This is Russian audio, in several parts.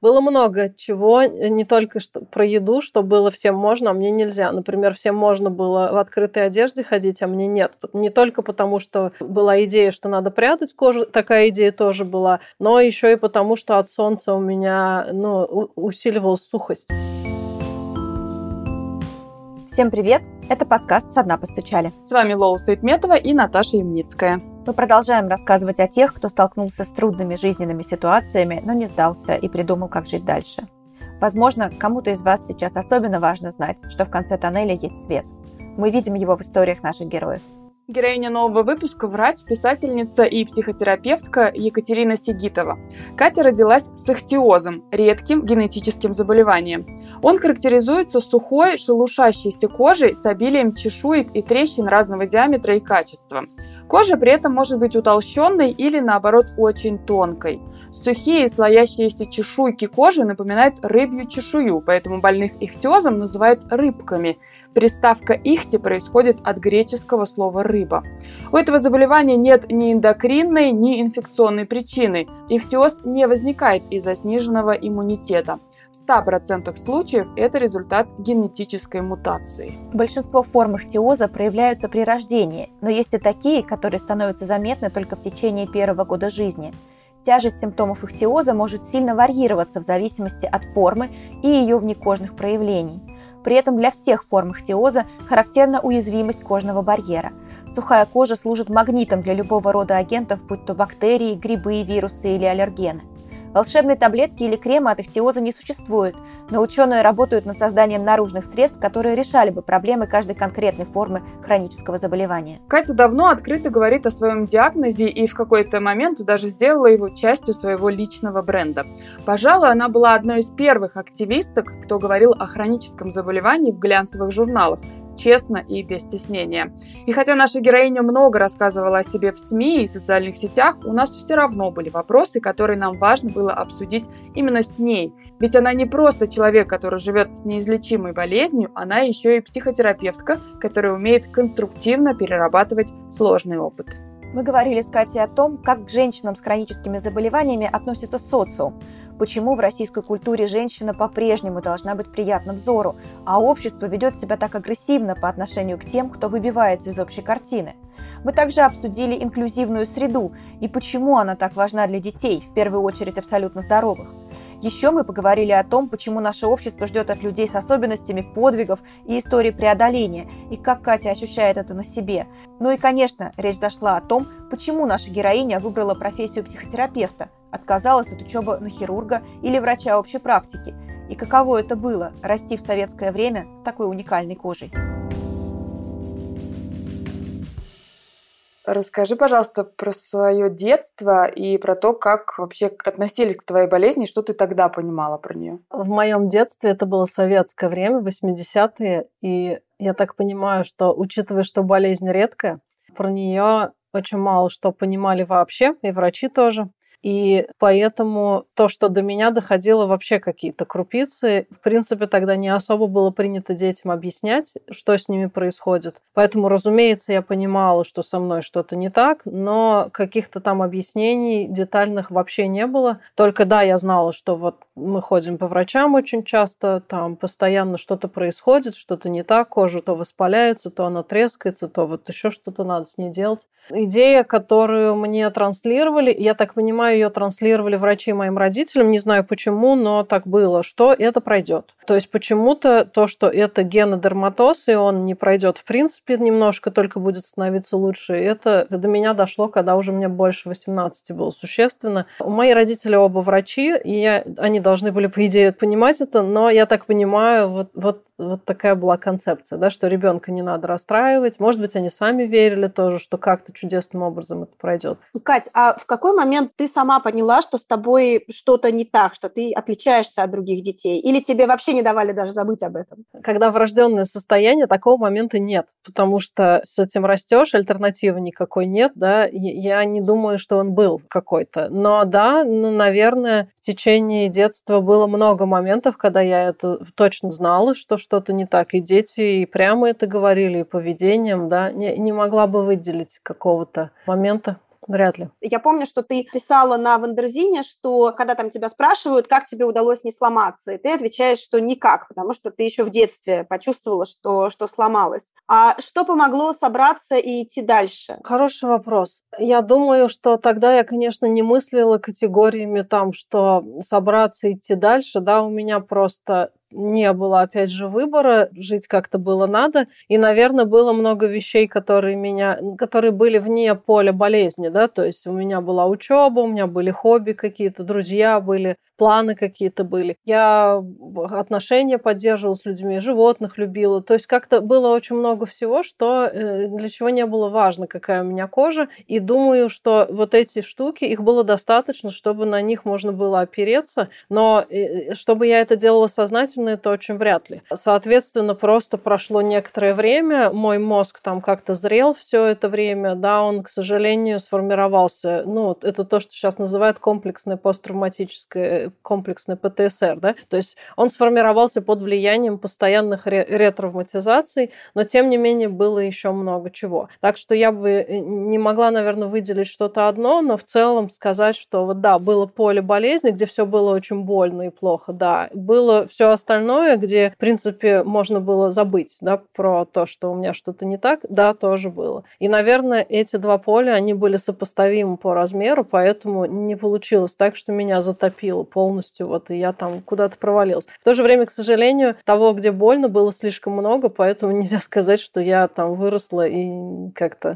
Было много чего, не только что про еду, что было всем можно, а мне нельзя. Например, всем можно было в открытой одежде ходить, а мне нет. Не только потому, что была идея, что надо прятать кожу, такая идея тоже была, но еще и потому, что от солнца у меня усиливалась сухость. Всем привет! Это подкаст «Со дна постучали». С вами Лола Саидметова и Наташа Ямницкая. Мы продолжаем рассказывать о тех, кто столкнулся с трудными жизненными ситуациями, но не сдался и придумал, как жить дальше. Возможно, кому-то из вас сейчас особенно важно знать, что в конце тоннеля есть свет. Мы видим его в историях наших героев. Героиня нового выпуска – врач, писательница и психотерапевтка Екатерина Сигитова. Катя родилась с ихтиозом – редким генетическим заболеванием. Он характеризуется сухой, шелушащейся кожей с обилием чешуек и трещин разного диаметра и качества. Кожа при этом может быть утолщенной или, наоборот, очень тонкой. Сухие слоящиеся чешуйки кожи напоминают рыбью чешую, поэтому больных ихтиозом называют рыбками. Приставка «ихти» происходит от греческого слова «рыба». У этого заболевания нет ни эндокринной, ни инфекционной причины. Ихтиоз не возникает из-за сниженного иммунитета. В 100% случаев это результат генетической мутации. Большинство форм ихтиоза проявляются при рождении, но есть и такие, которые становятся заметны только в течение первого года жизни. Тяжесть симптомов ихтиоза может сильно варьироваться в зависимости от формы и ее внекожных проявлений. При этом для всех форм ихтиоза характерна уязвимость кожного барьера. Сухая кожа служит магнитом для любого рода агентов, будь то бактерии, грибы, вирусы или аллергены. Волшебной таблетки или крема от ихтиоза не существует, но ученые работают над созданием наружных средств, которые решали бы проблемы каждой конкретной формы хронического заболевания. Катя давно открыто говорит о своем диагнозе и в какой-то момент даже сделала его частью своего личного бренда. Пожалуй, она была одной из первых активисток, кто говорил о хроническом заболевании в глянцевых журналах, честно и без стеснения. И хотя наша героиня много рассказывала о себе в СМИ и социальных сетях, у нас все равно были вопросы, которые нам важно было обсудить именно с ней. Ведь она не просто человек, который живет с неизлечимой болезнью, она еще и психотерапевтка, которая умеет конструктивно перерабатывать сложный опыт. Мы говорили с Катей о том, как к женщинам с хроническими заболеваниями относится социум, почему в российской культуре женщина по-прежнему должна быть приятна взору, а общество ведет себя так агрессивно по отношению к тем, кто выбивается из общей картины. Мы также обсудили инклюзивную среду и почему она так важна для детей, в первую очередь абсолютно здоровых. Еще мы поговорили о том, почему наше общество ждет от людей с особенностями подвигов и истории преодоления, и как Катя ощущает это на себе. Ну и, конечно, речь зашла о том, почему наша героиня выбрала профессию психотерапевта, отказалась от учебы на хирурга или врача общей практики, и каково это было – расти в советское время с такой уникальной кожей. Расскажи, пожалуйста, про свое детство и про то, как вообще относились к твоей болезни, что ты тогда понимала про нее. В моем детстве это было советское время, 80-е, и я так понимаю, что, учитывая, что болезнь редкая, про нее очень мало что понимали вообще, и врачи тоже. И поэтому то, что до меня доходило вообще какие-то крупицы, в принципе, тогда не особо было принято детям объяснять, что с ними происходит. Поэтому, разумеется, я понимала, что со мной что-то не так, но каких-то там объяснений детальных вообще не было. Только да, я знала, что вот мы ходим по врачам очень часто, там постоянно что-то происходит, что-то не так, кожа то воспаляется, то она трескается, то вот еще что-то надо с ней делать. Идея, которую мне транслировали, я так понимаю, ее транслировали врачи моим родителям, не знаю почему, но так было, что это пройдет. То есть почему-то то, что это генодерматоз, и он не пройдет в принципе немножко, только будет становиться лучше, это до меня дошло, когда уже мне больше 18 было существенно. Мои родители оба врачи, и они должны были, по идее, понимать это, но я так понимаю, вот такая была концепция, да, что ребенка не надо расстраивать. Может быть, они сами верили тоже, что как-то чудесным образом это пройдет. Кать, а в какой момент ты сама поняла, что с тобой что-то не так, что ты отличаешься от других детей? Или тебе вообще не давали даже забыть об этом? Когда врожденное состояние, такого момента нет, потому что с этим растешь, альтернативы никакой нет, да, я не думаю, что он был какой-то. Но да, наверное, в течение детства было много моментов, когда я это точно знала, что что-то не так, и дети и прямо это говорили, и поведением, да, не могла бы выделить какого-то момента. Вряд ли. Я помню, что ты писала на Вандерзине, что когда там тебя спрашивают, как тебе удалось не сломаться, и ты отвечаешь, что никак, потому что ты еще в детстве почувствовала, что сломалась. А что помогло собраться и идти дальше? Хороший вопрос. Я думаю, что тогда я, конечно, не мыслила категориями там, что собраться и идти дальше, да, у меня просто не было, опять же, выбора, жить как-то было надо, и, наверное, было много вещей, которые были вне поля болезни, да, то есть у меня была учеба, у меня были хобби какие-то, друзья были, планы какие-то были. Я отношения поддерживала с людьми, животных любила, то есть как-то было очень много всего, что для чего не было важно, какая у меня кожа, и думаю, что вот эти штуки, их было достаточно, чтобы на них можно было опереться, но чтобы я это делала сознательно, это очень вряд ли. Соответственно, просто прошло некоторое время, мой мозг там как-то зрел все это время, да, он, к сожалению, сформировался, ну, это то, что сейчас называют комплексное посттравматическое, комплексное ПТСР, да, то есть он сформировался под влиянием постоянных ретравматизаций, но, тем не менее, было еще много чего. Так что я бы не могла, наверное, выделить что-то одно, но в целом сказать, что вот да, было поле болезни, где все было очень больно и плохо, да, было все остальное, где, в принципе, можно было забыть, да, про то, что у меня что-то не так, да, тоже было. И, наверное, эти два поля, они были сопоставимы по размеру, поэтому не получилось так, что меня затопило полностью, вот, и я там куда-то провалилась. В то же время, к сожалению, того, где больно, было слишком много, поэтому нельзя сказать, что я там выросла и как-то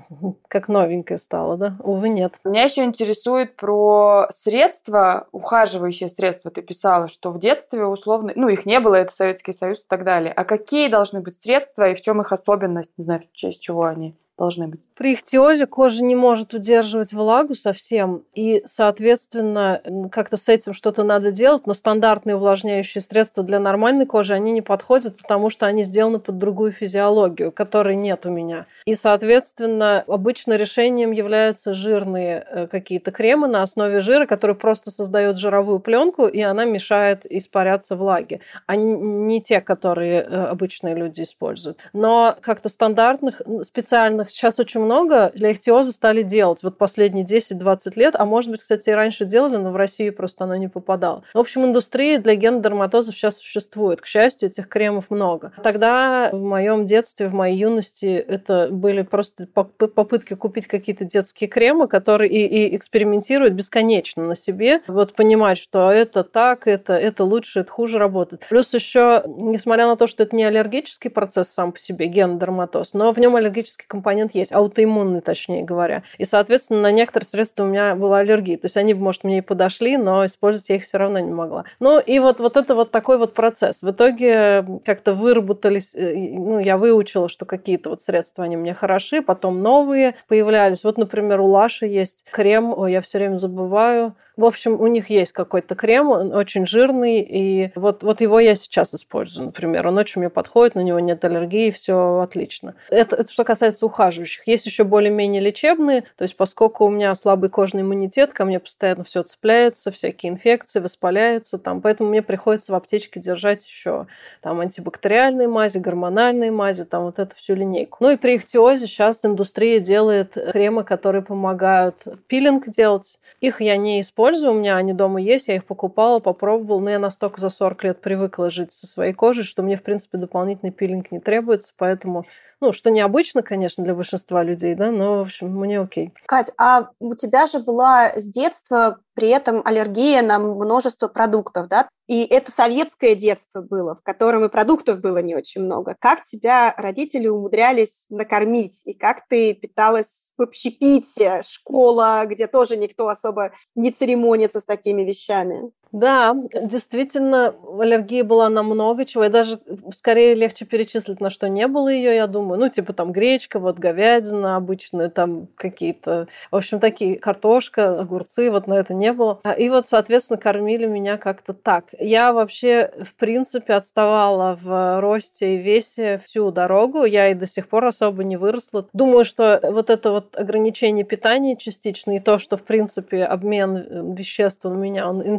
как новенькая стала, да? Увы, нет. Меня еще интересует про средства, ухаживающие средства. Ты писала, что в детстве условно, ну, их не было, это Советский Союз и так далее. А какие должны быть средства и в чем их особенность? Не знаю, в честь чего они должны быть. При ихтиозе кожа не может удерживать влагу совсем, и, соответственно, как-то с этим что-то надо делать, но стандартные увлажняющие средства для нормальной кожи, они не подходят, потому что они сделаны под другую физиологию, которой нет у меня. И, соответственно, обычно решением являются жирные какие-то кремы на основе жира, которые просто создают жировую пленку, и она мешает испаряться влаге, а не те, которые обычные люди используют. Но как-то стандартных, специальных сейчас очень много для ихтиоза стали делать вот последние 10-20 лет, а может быть, кстати, и раньше делали, но в Россию просто оно не попадало. В общем, индустрия для генодерматозов сейчас существует. К счастью, этих кремов много. Тогда в моем детстве, в моей юности это были просто попытки купить какие-то детские кремы, которые и экспериментируют бесконечно на себе. Вот понимать, что это так, это лучше, это хуже работает. Плюс еще, несмотря на то, что это не аллергический процесс сам по себе, генодерматоз, но в нем аллергический компонент есть, аутоиммунный, точнее говоря. И, соответственно, на некоторые средства у меня была аллергия. То есть они, может, мне и подошли, но использовать я их все равно не могла. Ну, и вот это вот такой вот процесс. В итоге как-то выработались, ну, я выучила, что какие-то вот средства, они мне хороши, потом новые появлялись. Вот, например, у Лаши есть крем, я все время забываю. В общем, у них есть какой-то крем, он очень жирный, и вот его я сейчас использую, например. Он очень мне подходит, на него нет аллергии, все отлично. Это что касается ухаживающих. Есть еще более-менее лечебные, то есть поскольку у меня слабый кожный иммунитет, ко мне постоянно все цепляется, всякие инфекции, воспаляется, там, поэтому мне приходится в аптечке держать еще там антибактериальные мази, гормональные мази, там вот эту всю линейку. Ну и при ихтиозе сейчас индустрия делает кремы, которые помогают пилинг делать. Их я не использую, у меня они дома есть, я их покупала, попробовала, но я настолько за 40 лет привыкла жить со своей кожей, что мне, в принципе, дополнительный пилинг не требуется, поэтому, ну, что необычно, конечно, для большинства людей, да, но, в общем, мне окей. Кать, а у тебя же была с детства при этом аллергия на множество продуктов, да? И это советское детство было, в котором и продуктов было не очень много. Как тебя родители умудрялись накормить? И как ты питалась в общепите, школа, где тоже никто особо не церемонится с такими вещами? Да, действительно, аллергия была на много чего. И даже скорее легче перечислить, на что не было ее, я думаю. Ну, типа там гречка, вот говядина обычная, там какие-то, в общем, такие картошка, огурцы, вот на это не было. И вот, соответственно, кормили меня как-то так. Я вообще, в принципе, отставала в росте и весе всю дорогу. Я и до сих пор особо не выросла. Думаю, что вот это вот ограничение питания частично и то, что, в принципе, обмен веществ у меня, он интенсивный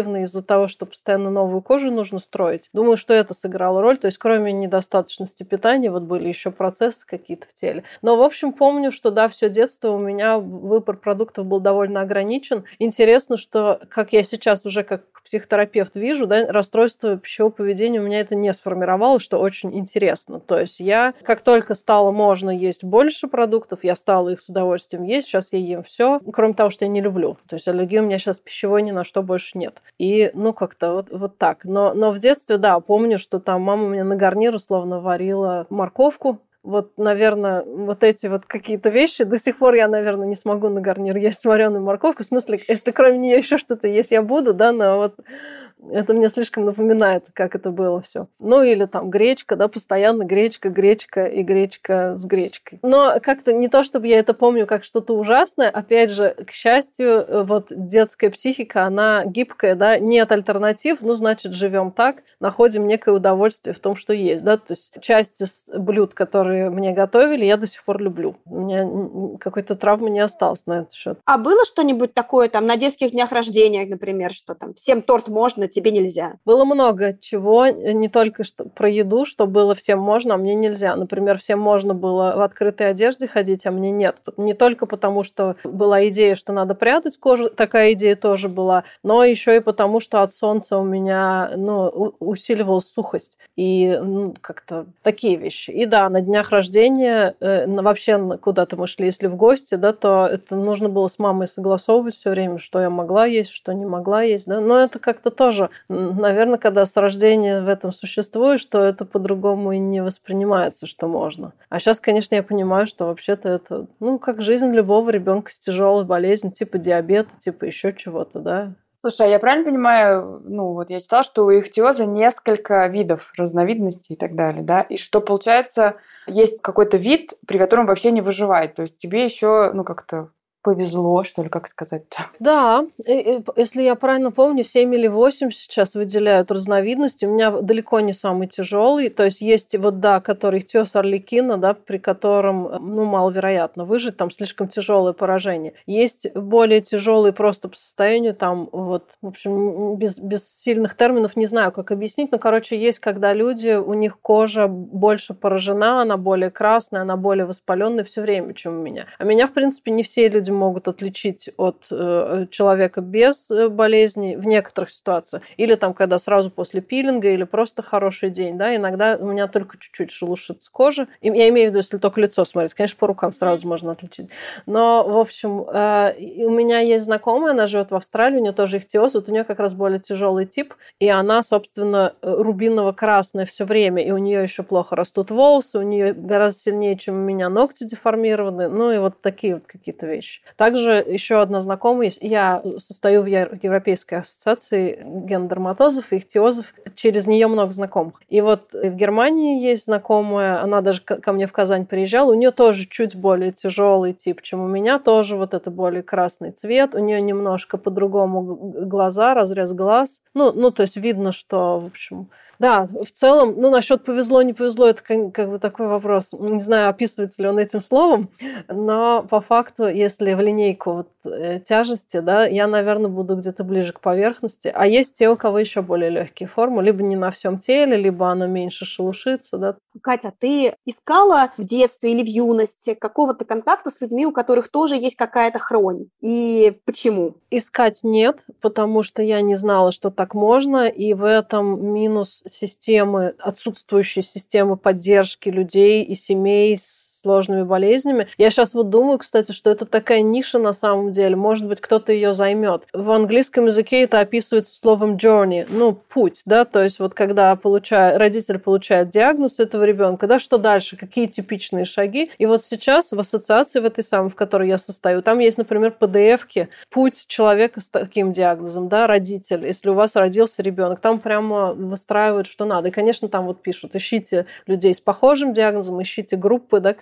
наверное, из-за того, что постоянно новую кожу нужно строить. Думаю, что это сыграло роль. То есть, кроме недостаточности питания, вот были еще процессы какие-то в теле. Но, в общем, помню, что, да, все детство у меня выбор продуктов был довольно ограничен. Интересно, что, как я сейчас уже как психотерапевт вижу, да, расстройство пищевого поведения у меня это не сформировало, что очень интересно. То есть я, как только стало можно есть больше продуктов, я стала их с удовольствием есть. Сейчас я ем все, кроме того, что я не люблю. То есть аллергии у меня сейчас пищевой ни на что больше нет. И, как-то вот так. Но в детстве, да, помню, что там мама у меня на гарнир условно варила морковку. Вот, наверное, вот эти вот какие-то вещи. До сих пор я, наверное, не смогу на гарнир есть вареную морковку. В смысле, если кроме нее еще что-то есть, я буду, да, но вот это мне слишком напоминает, как это было все. Ну, или там гречка, да, постоянно гречка и гречка с гречкой. Но как-то не то, чтобы я это помню как что-то ужасное. Опять же, к счастью, вот детская психика, она гибкая, да, нет альтернатив, значит, живем так, находим некое удовольствие в том, что есть, да, то есть части блюд, которые мне готовили, я до сих пор люблю. У меня какой-то травмы не осталось на этот счет. А было что-нибудь такое там на детских днях рождения, например, что там всем торт можно, тебе нельзя? Было много чего, не только что про еду, что было всем можно, а мне нельзя. Например, всем можно было в открытой одежде ходить, а мне нет. Не только потому, что была идея, что надо прятать кожу, такая идея тоже была, но еще и потому, что от солнца у меня усиливалась сухость. И как-то такие вещи. И да, на днях рождения вообще куда-то мы шли, если в гости, да, то это нужно было с мамой согласовывать все время, что я могла есть, что не могла есть. Да? Но это как-то тоже, наверное, когда с рождения в этом существует, что это по-другому и не воспринимается, что можно. А сейчас, конечно, я понимаю, что вообще-то это, как жизнь любого ребенка с тяжелой болезнью, типа диабета, типа еще чего-то, да. Слушай, а я правильно понимаю, я читала, что у ихтиоза несколько видов, разновидностей и так далее, да, и что, получается, есть какой-то вид, при котором вообще не выживает, то есть тебе еще, как-то повезло, что ли, как сказать-то? Да, если я правильно помню, 7 или 8 сейчас выделяют разновидности. У меня далеко не самый тяжелый. То есть есть который ихтиоз Орликина, да, при котором, маловероятно выжить, там слишком тяжелое поражение. Есть более тяжелые просто по состоянию, там, в общем, без сильных терминов не знаю, как объяснить, но, есть, когда люди, у них кожа больше поражена, она более красная, она более воспаленная все время, чем у меня. А меня, в принципе, не все люди могут отличить от человека без болезни в некоторых ситуациях. Или там, когда сразу после пилинга, или просто хороший день. Да, иногда у меня только чуть-чуть шелушится кожа. И я имею в виду, если только лицо смотреть. Конечно, по рукам сразу можно отличить. Но, в общем, у меня есть знакомая, она живет в Австралии, у нее тоже ихтиоз. Вот у нее как раз более тяжелый тип. И она, собственно, рубиново-красная все время. И у нее еще плохо растут волосы, у нее гораздо сильнее, чем у меня, ногти деформированы. И вот такие вот какие-то вещи. Также еще одна знакомая есть. Я состою в Европейской ассоциации генодерматозов и ихтиозов. Через нее много знакомых. И вот в Германии есть знакомая, она даже ко мне в Казань приезжала. У нее тоже чуть более тяжелый тип, чем у меня. Тоже вот это более красный цвет. У нее немножко по-другому глаза, разрез глаз. То есть видно, что, в общем... Да, в целом, насчет повезло, не повезло, это как бы такой вопрос. Не знаю, описывается ли он этим словом, но по факту, если в линейку тяжести, да, я, наверное, буду где-то ближе к поверхности. А есть те, у кого еще более легкие формы, либо не на всем теле, либо оно меньше шелушится, да. Катя, ты искала в детстве или в юности какого-то контакта с людьми, у которых тоже есть какая-то хронь? И почему? Искать нет, потому что я не знала, что так можно, и в этом минус системы, отсутствующей системы поддержки людей и семей с сложными болезнями. Я сейчас думаю, кстати, что это такая ниша на самом деле. Может быть, кто-то ее займет. В английском языке это описывается словом journey, путь, да, то есть когда родитель получает диагноз этого ребенка, да, что дальше, какие типичные шаги. И сейчас в ассоциации в этой самой, в которой я состою, там есть, например, PDF-ки, путь человека с таким диагнозом, да, родитель, если у вас родился ребенок, там прямо выстраивают, что надо. И, конечно, там пишут, ищите людей с похожим диагнозом, ищите группы, да,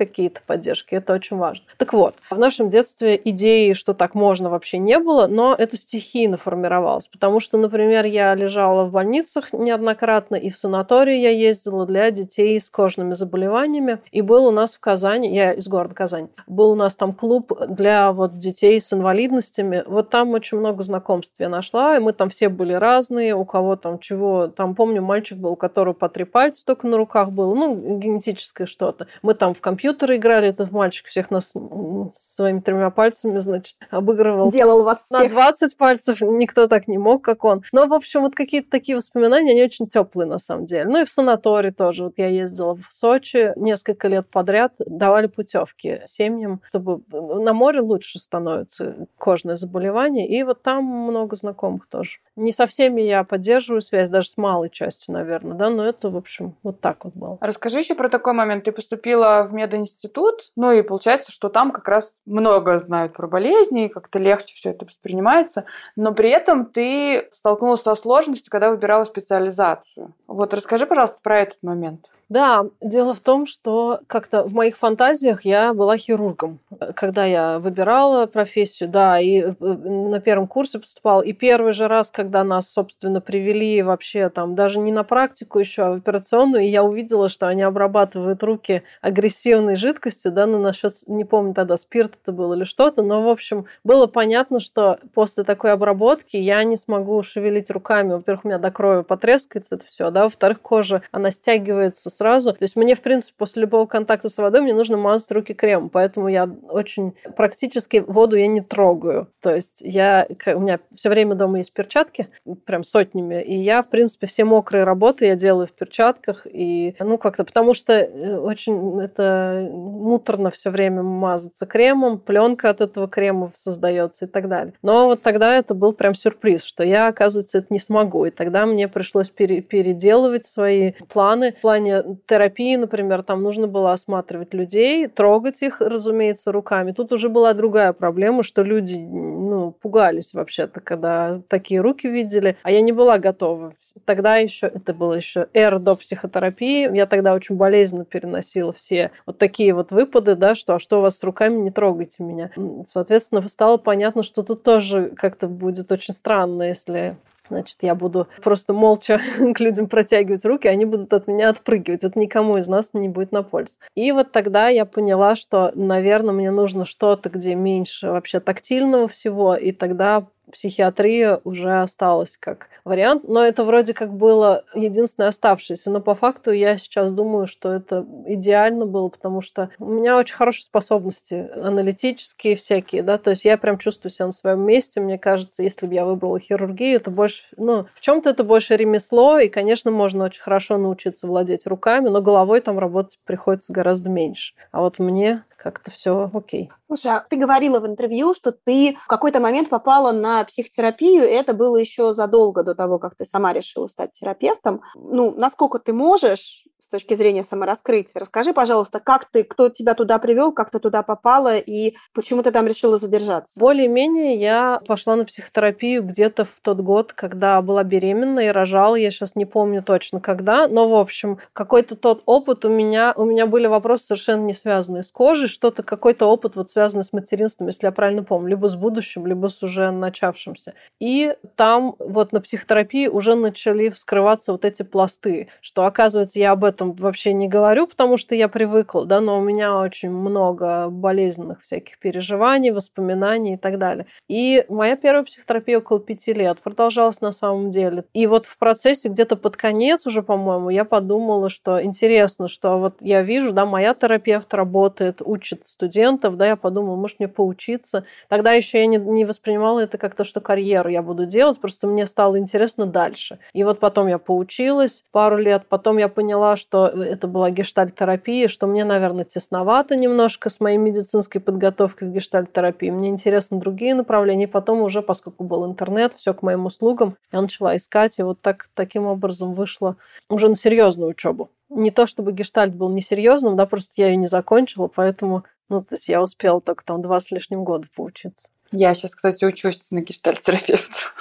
какие-то поддержки, это очень важно. Так вот, в нашем детстве идеи, что так можно, вообще не было, но это стихийно формировалось, потому что, например, я лежала в больницах неоднократно, и в санатории я ездила для детей с кожными заболеваниями, и был у нас в Казани, я из города Казань, был у нас там клуб для вот детей с инвалидностями, вот там очень много знакомств я нашла, и мы там все были разные, у кого там чего, там помню, мальчик был, у которого по 3 пальца только на руках было, ну, генетическое что-то. Мы там в компьютеры играли, этот мальчик всех нас своими 3 пальцами, значит, обыгрывал. Делал вас всех. На 20 пальцев никто так не мог, как он. Но, в общем, вот какие-то такие воспоминания, они очень теплые на самом деле. Ну и в санаторий тоже. Вот я ездила в Сочи несколько лет подряд, давали путевки семьям, чтобы на море лучше становится кожное заболевание. И вот там много знакомых тоже. Не со всеми я поддерживаю связь, даже с малой частью, наверное, да, но это, в общем, вот так вот было. Расскажи еще про такой момент. Ты поступила в мединститут, ну и получается, что там как раз много знают про болезни, и как-то легче все это воспринимается, но при этом ты столкнулась со сложностью, когда выбирала специализацию. Вот расскажи, пожалуйста, про этот момент. Да, дело в том, что как-то в моих фантазиях я была хирургом. Когда я выбирала профессию, да, и на первом курсе поступала, и первый же раз, когда нас, собственно, привели вообще там даже не на практику еще, а в операционную, и я увидела, что они обрабатывают руки агрессивной жидкостью, да, ну насчет, не помню тогда, спирт это был или что-то, но, в общем, было понятно, что после такой обработки я не смогу шевелить руками. Во-первых, у меня до крови потрескается это все, да, во-вторых, кожа, она стягивается сразу. То есть мне, в принципе, после любого контакта с водой мне нужно мазать руки кремом, поэтому я очень практически воду я не трогаю. То есть у меня все время дома есть перчатки, прям сотнями, и я, в принципе, все мокрые работы я делаю в перчатках, и, ну, как-то, потому что очень это муторно все время мазаться кремом, пленка от этого крема создается и так далее. Но вот тогда это был прям сюрприз, что я, оказывается, это не смогу, и тогда мне пришлось переделывать свои планы в плане терапии, например, там нужно было осматривать людей, трогать их, разумеется, руками. Тут уже была другая проблема, что люди, ну, пугались вообще-то, когда такие руки видели, а я не была готова. Тогда еще, это было еще эра до психотерапии, я тогда очень болезненно переносила все вот такие вот выпады, да, что у вас с руками, не трогайте меня. Соответственно, стало понятно, что тут тоже как-то будет очень странно, если... Значит, я буду просто молча к людям протягивать руки, они будут от меня отпрыгивать. Это никому из нас не будет на пользу. И вот тогда я поняла, что, наверное, мне нужно что-то, где меньше вообще тактильного всего, и тогда психиатрия уже осталась как вариант, но это вроде как было единственное оставшееся, но по факту я сейчас думаю, что это идеально было, потому что у меня очень хорошие способности аналитические всякие, да, то есть я прям чувствую себя на своем месте, мне кажется, если бы я выбрала хирургию, это больше, ну, в чем-то это больше ремесло, и, конечно, можно очень хорошо научиться владеть руками, но головой там работать приходится гораздо меньше, а вот мне как-то все окей. Слушай, а ты говорила в интервью, что ты в какой-то момент попала на психотерапию, и это было еще задолго до того, как ты сама решила стать терапевтом. Ну, насколько ты можешь с точки зрения самораскрытия? Расскажи, пожалуйста, кто тебя туда привел, как ты туда попала и почему ты там решила задержаться? Более-менее я пошла на психотерапию где-то в тот год, когда была беременна и рожала. Я сейчас не помню точно когда, но, в общем, какой-то тот опыт у меня были вопросы совершенно не связанные с кожей, что-то, какой-то опыт вот связанный с материнством, если я правильно помню, либо с будущим, либо с уже начавшимся. И там вот на психотерапии уже начали вскрываться вот эти пласты, что, оказывается, я об этом вообще не говорю, потому что я привыкла, да, но у меня очень много болезненных всяких переживаний, воспоминаний и так далее. И моя первая психотерапия около 5 лет продолжалась на самом деле. И вот в процессе где-то под конец уже, по-моему, я подумала, что интересно, что вот я вижу, да, моя терапевт работает, учит студентов, да, я подумала, может, мне поучиться. Тогда еще я не воспринимала это как то, что карьеру я буду делать, просто мне стало интересно дальше. И вот потом я поучилась пару лет, потом я поняла, что это была гештальт-терапия, что мне, наверное, тесновато немножко с моей медицинской подготовкой в гештальт-терапии. Мне интересны другие направления, и потом уже, поскольку был интернет, все к моим услугам, я начала искать, и вот таким образом вышла уже на серьезную учебу. Не то чтобы гештальт был несерьезным, да, просто я ее не закончила, поэтому, ну, то есть я успела только там 2 с лишним года поучиться. Я сейчас, кстати, учусь на гештальт-терапевта.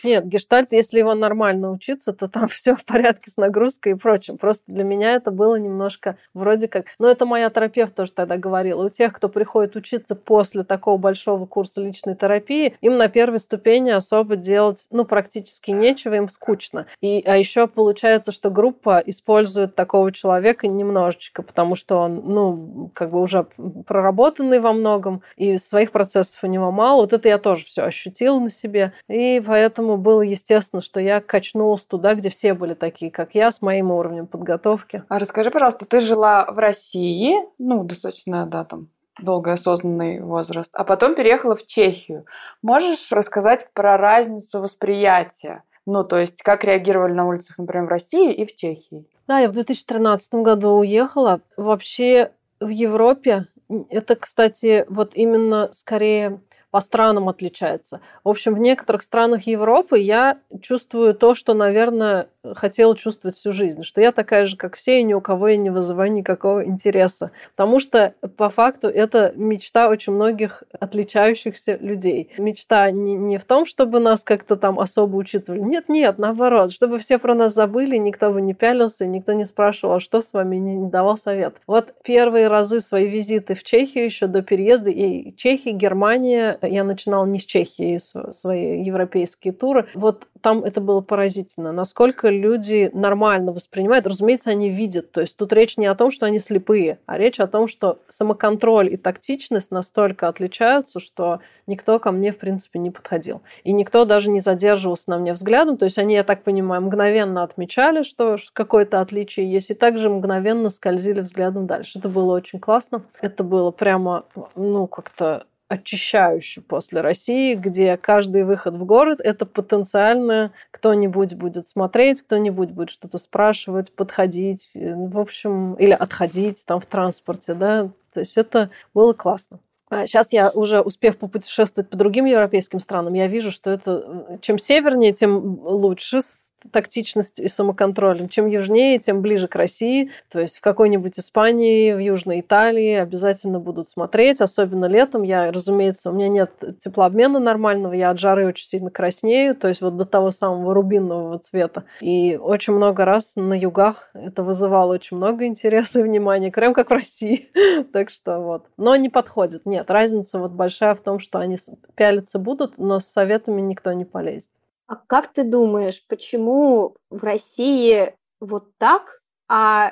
Нет, гештальт, если его нормально учиться, то там все в порядке с нагрузкой и прочим. Просто для меня это было немножко вроде как... Но это моя терапевт тоже тогда говорила. У тех, кто приходит учиться после такого большого курса личной терапии, им на первой ступени особо делать, практически нечего, им скучно. А еще получается, что группа использует такого человека немножечко, потому что он, уже проработанный во многом, и своих процессов у него мало. Вот это я тоже все ощутила на себе. И поэтому было естественно, что я качнулась туда, где все были такие, как я, с моим уровнем подготовки. А расскажи, пожалуйста, ты жила в России, достаточно, там, долгий осознанный возраст, а потом переехала в Чехию. Можешь рассказать про разницу восприятия? То есть, как реагировали на улицах, например, в России и в Чехии? Да, я в 2013 году уехала. Вообще в Европе это, кстати, вот именно скорее по странам отличается. В общем, в некоторых странах Европы я чувствую то, что, наверное, хотела чувствовать всю жизнь, что я такая же, как все, и ни у кого я не вызываю никакого интереса. Потому что, по факту, это мечта очень многих отличающихся людей. Мечта не в том, чтобы нас как-то там особо учитывали. Нет, наоборот, чтобы все про нас забыли, никто бы не пялился, никто не спрашивал, а что с вами, не давал совет. Вот первые разы свои визиты в Чехию еще до переезда, и Чехия, Германия, я начинала не с Чехии свои европейские туры. Вот там это было поразительно, насколько люди нормально воспринимают. Разумеется, они видят. То есть тут речь не о том, что они слепые, а речь о том, что самоконтроль и тактичность настолько отличаются, что никто ко мне, в принципе, не подходил. И никто даже не задерживался на мне взглядом. То есть они, я так понимаю, мгновенно отмечали, что какое-то отличие есть, и также мгновенно скользили взглядом дальше. Это было очень классно. Это было прямо, как-то очищающе после России, где каждый выход в город – это потенциально кто-нибудь будет смотреть, кто-нибудь будет что-то спрашивать, подходить, в общем, или отходить там в транспорте, да, то есть это было классно. Сейчас я уже, успев попутешествовать по другим европейским странам, я вижу, что это чем севернее, тем лучше с тактичностью и самоконтролем. Чем южнее, тем ближе к России. То есть в какой-нибудь Испании, в Южной Италии обязательно будут смотреть, особенно летом. Разумеется, у меня нет теплообмена нормального, я от жары очень сильно краснею, то есть вот до того самого рубинового цвета. И очень много раз на югах это вызывало очень много интереса и внимания, прям как в России. Так что вот. Но не подходит. Нет, разница вот большая в том, что они пялиться будут, но с советами никто не полезет. А как ты думаешь, почему в России вот так, а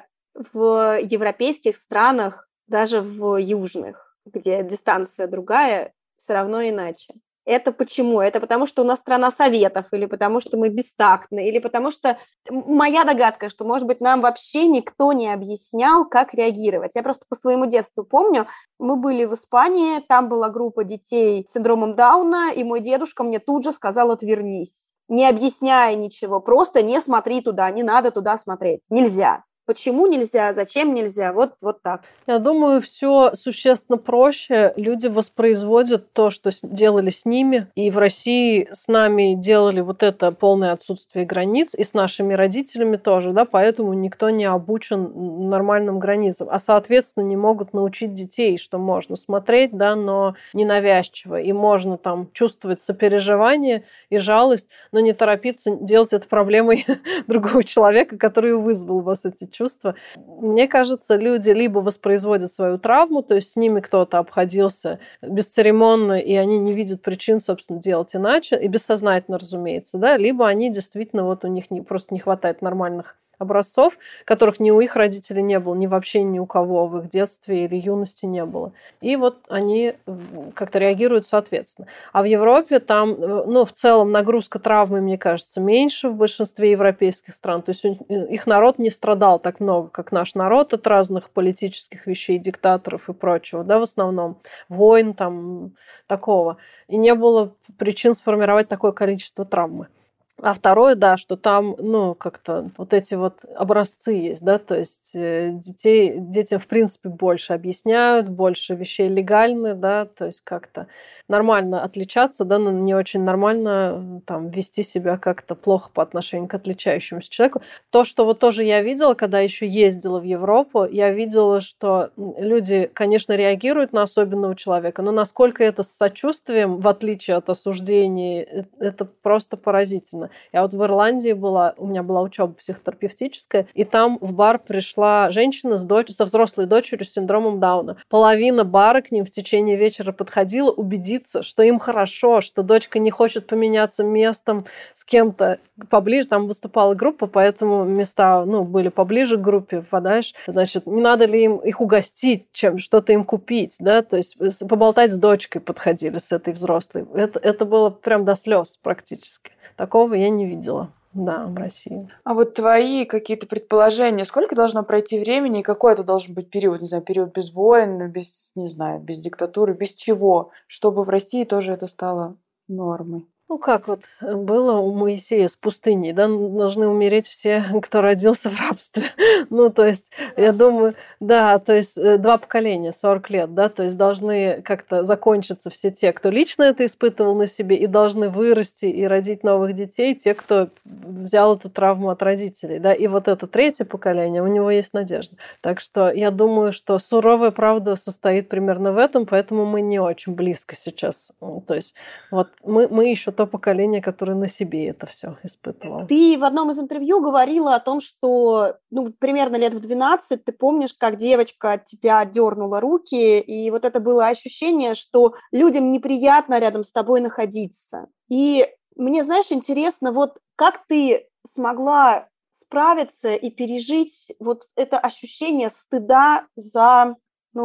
в европейских странах, даже в южных, где дистанция другая, все равно иначе? Это почему? Это потому, что у нас страна советов, или потому, что мы бестактны, или потому что... Моя догадка, что, может быть, нам вообще никто не объяснял, как реагировать. Я просто по своему детству помню, мы были в Испании, там была группа детей с синдромом Дауна, и мой дедушка мне тут же сказал: отвернись, не объясняя ничего, просто не смотри туда, не надо туда смотреть, нельзя. Почему нельзя, зачем нельзя, вот так. Я думаю, все существенно проще. Люди воспроизводят то, что делали с ними. И в России с нами делали вот это полное отсутствие границ, и с нашими родителями тоже, да, поэтому никто не обучен нормальным границам. А, соответственно, не могут научить детей, что можно смотреть, да, но ненавязчиво. И можно там чувствовать сопереживание и жалость, но не торопиться делать это проблемой другого человека, который вызвал у вас эти чувства. Мне кажется, люди либо воспроизводят свою травму, то есть с ними кто-то обходился бесцеремонно, и они не видят причин, собственно, делать иначе, и бессознательно, разумеется, да, либо они действительно, вот у них просто не хватает нормальных образцов, которых ни у их родителей не было, ни вообще ни у кого в их детстве или юности не было. И вот они как-то реагируют соответственно. А в Европе там, в целом нагрузка травмы, мне кажется, меньше в большинстве европейских стран. То есть их народ не страдал так много, как наш народ от разных политических вещей, диктаторов и прочего, да, в основном войн там такого. И не было причин сформировать такое количество травмы. А второе, да, что там, как-то вот эти вот образцы есть, да, то есть детям, в принципе, больше объясняют, больше вещей легальны, да, то есть как-то нормально отличаться, да, но не очень нормально там вести себя как-то плохо по отношению к отличающемуся человеку. То, что вот тоже я видела, когда еще ездила в Европу, я видела, что люди, конечно, реагируют на особенного человека, но насколько это с сочувствием, в отличие от осуждений, это просто поразительно. Я вот в Ирландии была, у меня была учеба психотерапевтическая, и там в бар пришла женщина со взрослой дочерью с синдромом Дауна. Половина бара к ним в течение вечера подходила убедиться, что им хорошо, что дочка не хочет поменяться местом с кем-то поближе. Там выступала группа, поэтому места, были поближе к группе, попадаешь. Значит, не надо ли им их угостить, чем что-то им купить, да? То есть поболтать с дочкой подходили, с этой взрослой. Это было прям до слез практически. Такого я не видела, да, в России. А вот твои какие-то предположения, сколько должно пройти времени и какой это должен быть период? Не знаю, период без войн, без диктатуры, без чего, чтобы в России тоже это стало нормой? Как вот было у Моисея с пустыней, да, должны умереть все, кто родился в рабстве. То есть, я думаю, да, то есть 2 поколения, 40 лет, да, то есть должны как-то закончиться все те, кто лично это испытывал на себе, и должны вырасти и родить новых детей, те, кто взял эту травму от родителей, да, и вот это 3-е поколение, у него есть надежда. Так что я думаю, что суровая правда состоит примерно в этом, поэтому мы не очень близко сейчас. То есть вот мы еще то поколение, которое на себе это все испытывало. Ты в одном из интервью говорила о том, что примерно лет в 12 ты помнишь, как девочка от тебя отдернула руки, и вот это было ощущение, что людям неприятно рядом с тобой находиться. И мне, знаешь, интересно, вот как ты смогла справиться и пережить вот это ощущение стыда за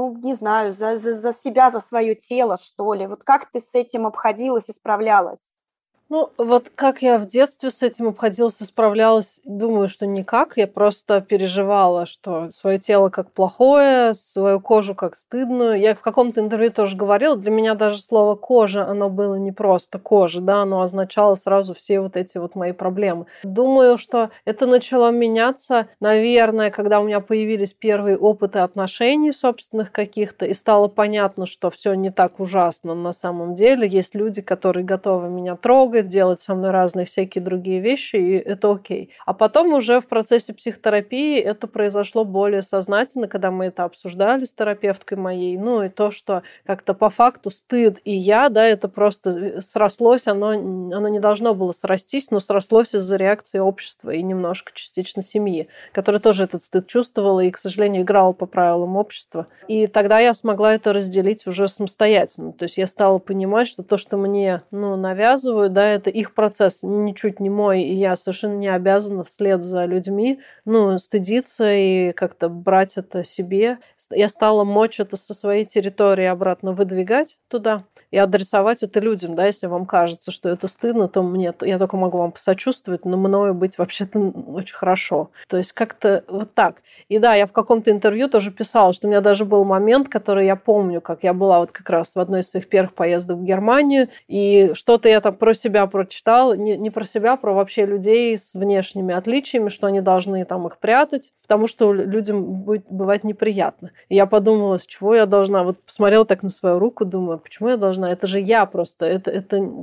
за себя, за свое тело, что ли. Вот как ты с этим обходилась и справлялась? Вот как я в детстве с этим обходилась и справлялась, думаю, что никак. Я просто переживала, что свое тело как плохое, свою кожу как стыдную. Я в каком-то интервью тоже говорила, для меня даже слово «кожа», оно было не просто кожа, да, оно означало сразу все вот эти вот мои проблемы. Думаю, что это начало меняться, наверное, когда у меня появились первые опыты отношений собственных каких-то, и стало понятно, что все не так ужасно на самом деле. Есть люди, которые готовы меня трогать, делать со мной разные всякие другие вещи, и это окей. А потом уже в процессе психотерапии это произошло более сознательно, когда мы это обсуждали с терапевткой моей, и то, что как-то по факту стыд и я, да, это просто срослось, оно не должно было срастись, но срослось из-за реакции общества и немножко частично семьи, которая тоже этот стыд чувствовала и, к сожалению, играла по правилам общества. И тогда я смогла это разделить уже самостоятельно. То есть я стала понимать, что то, что мне, навязывают, да, это их процесс, ничуть не мой, и я совершенно не обязана вслед за людьми, стыдиться и как-то брать это себе. Я стала мочь это со своей территории обратно выдвигать туда и адресовать это людям, да, если вам кажется, что это стыдно, то я только могу вам посочувствовать, но мною быть вообще-то очень хорошо. То есть как-то вот так. И да, я в каком-то интервью тоже писала, что у меня даже был момент, который я помню, как я была вот как раз в одной из своих первых поездок в Германию, и что-то я там про себя прочитала, не про себя, про вообще людей с внешними отличиями, что они должны там их прятать, потому что людям будет бывать неприятно. И я подумала, с чего я должна, вот посмотрела так на свою руку, думаю, почему я должна, это же я просто, это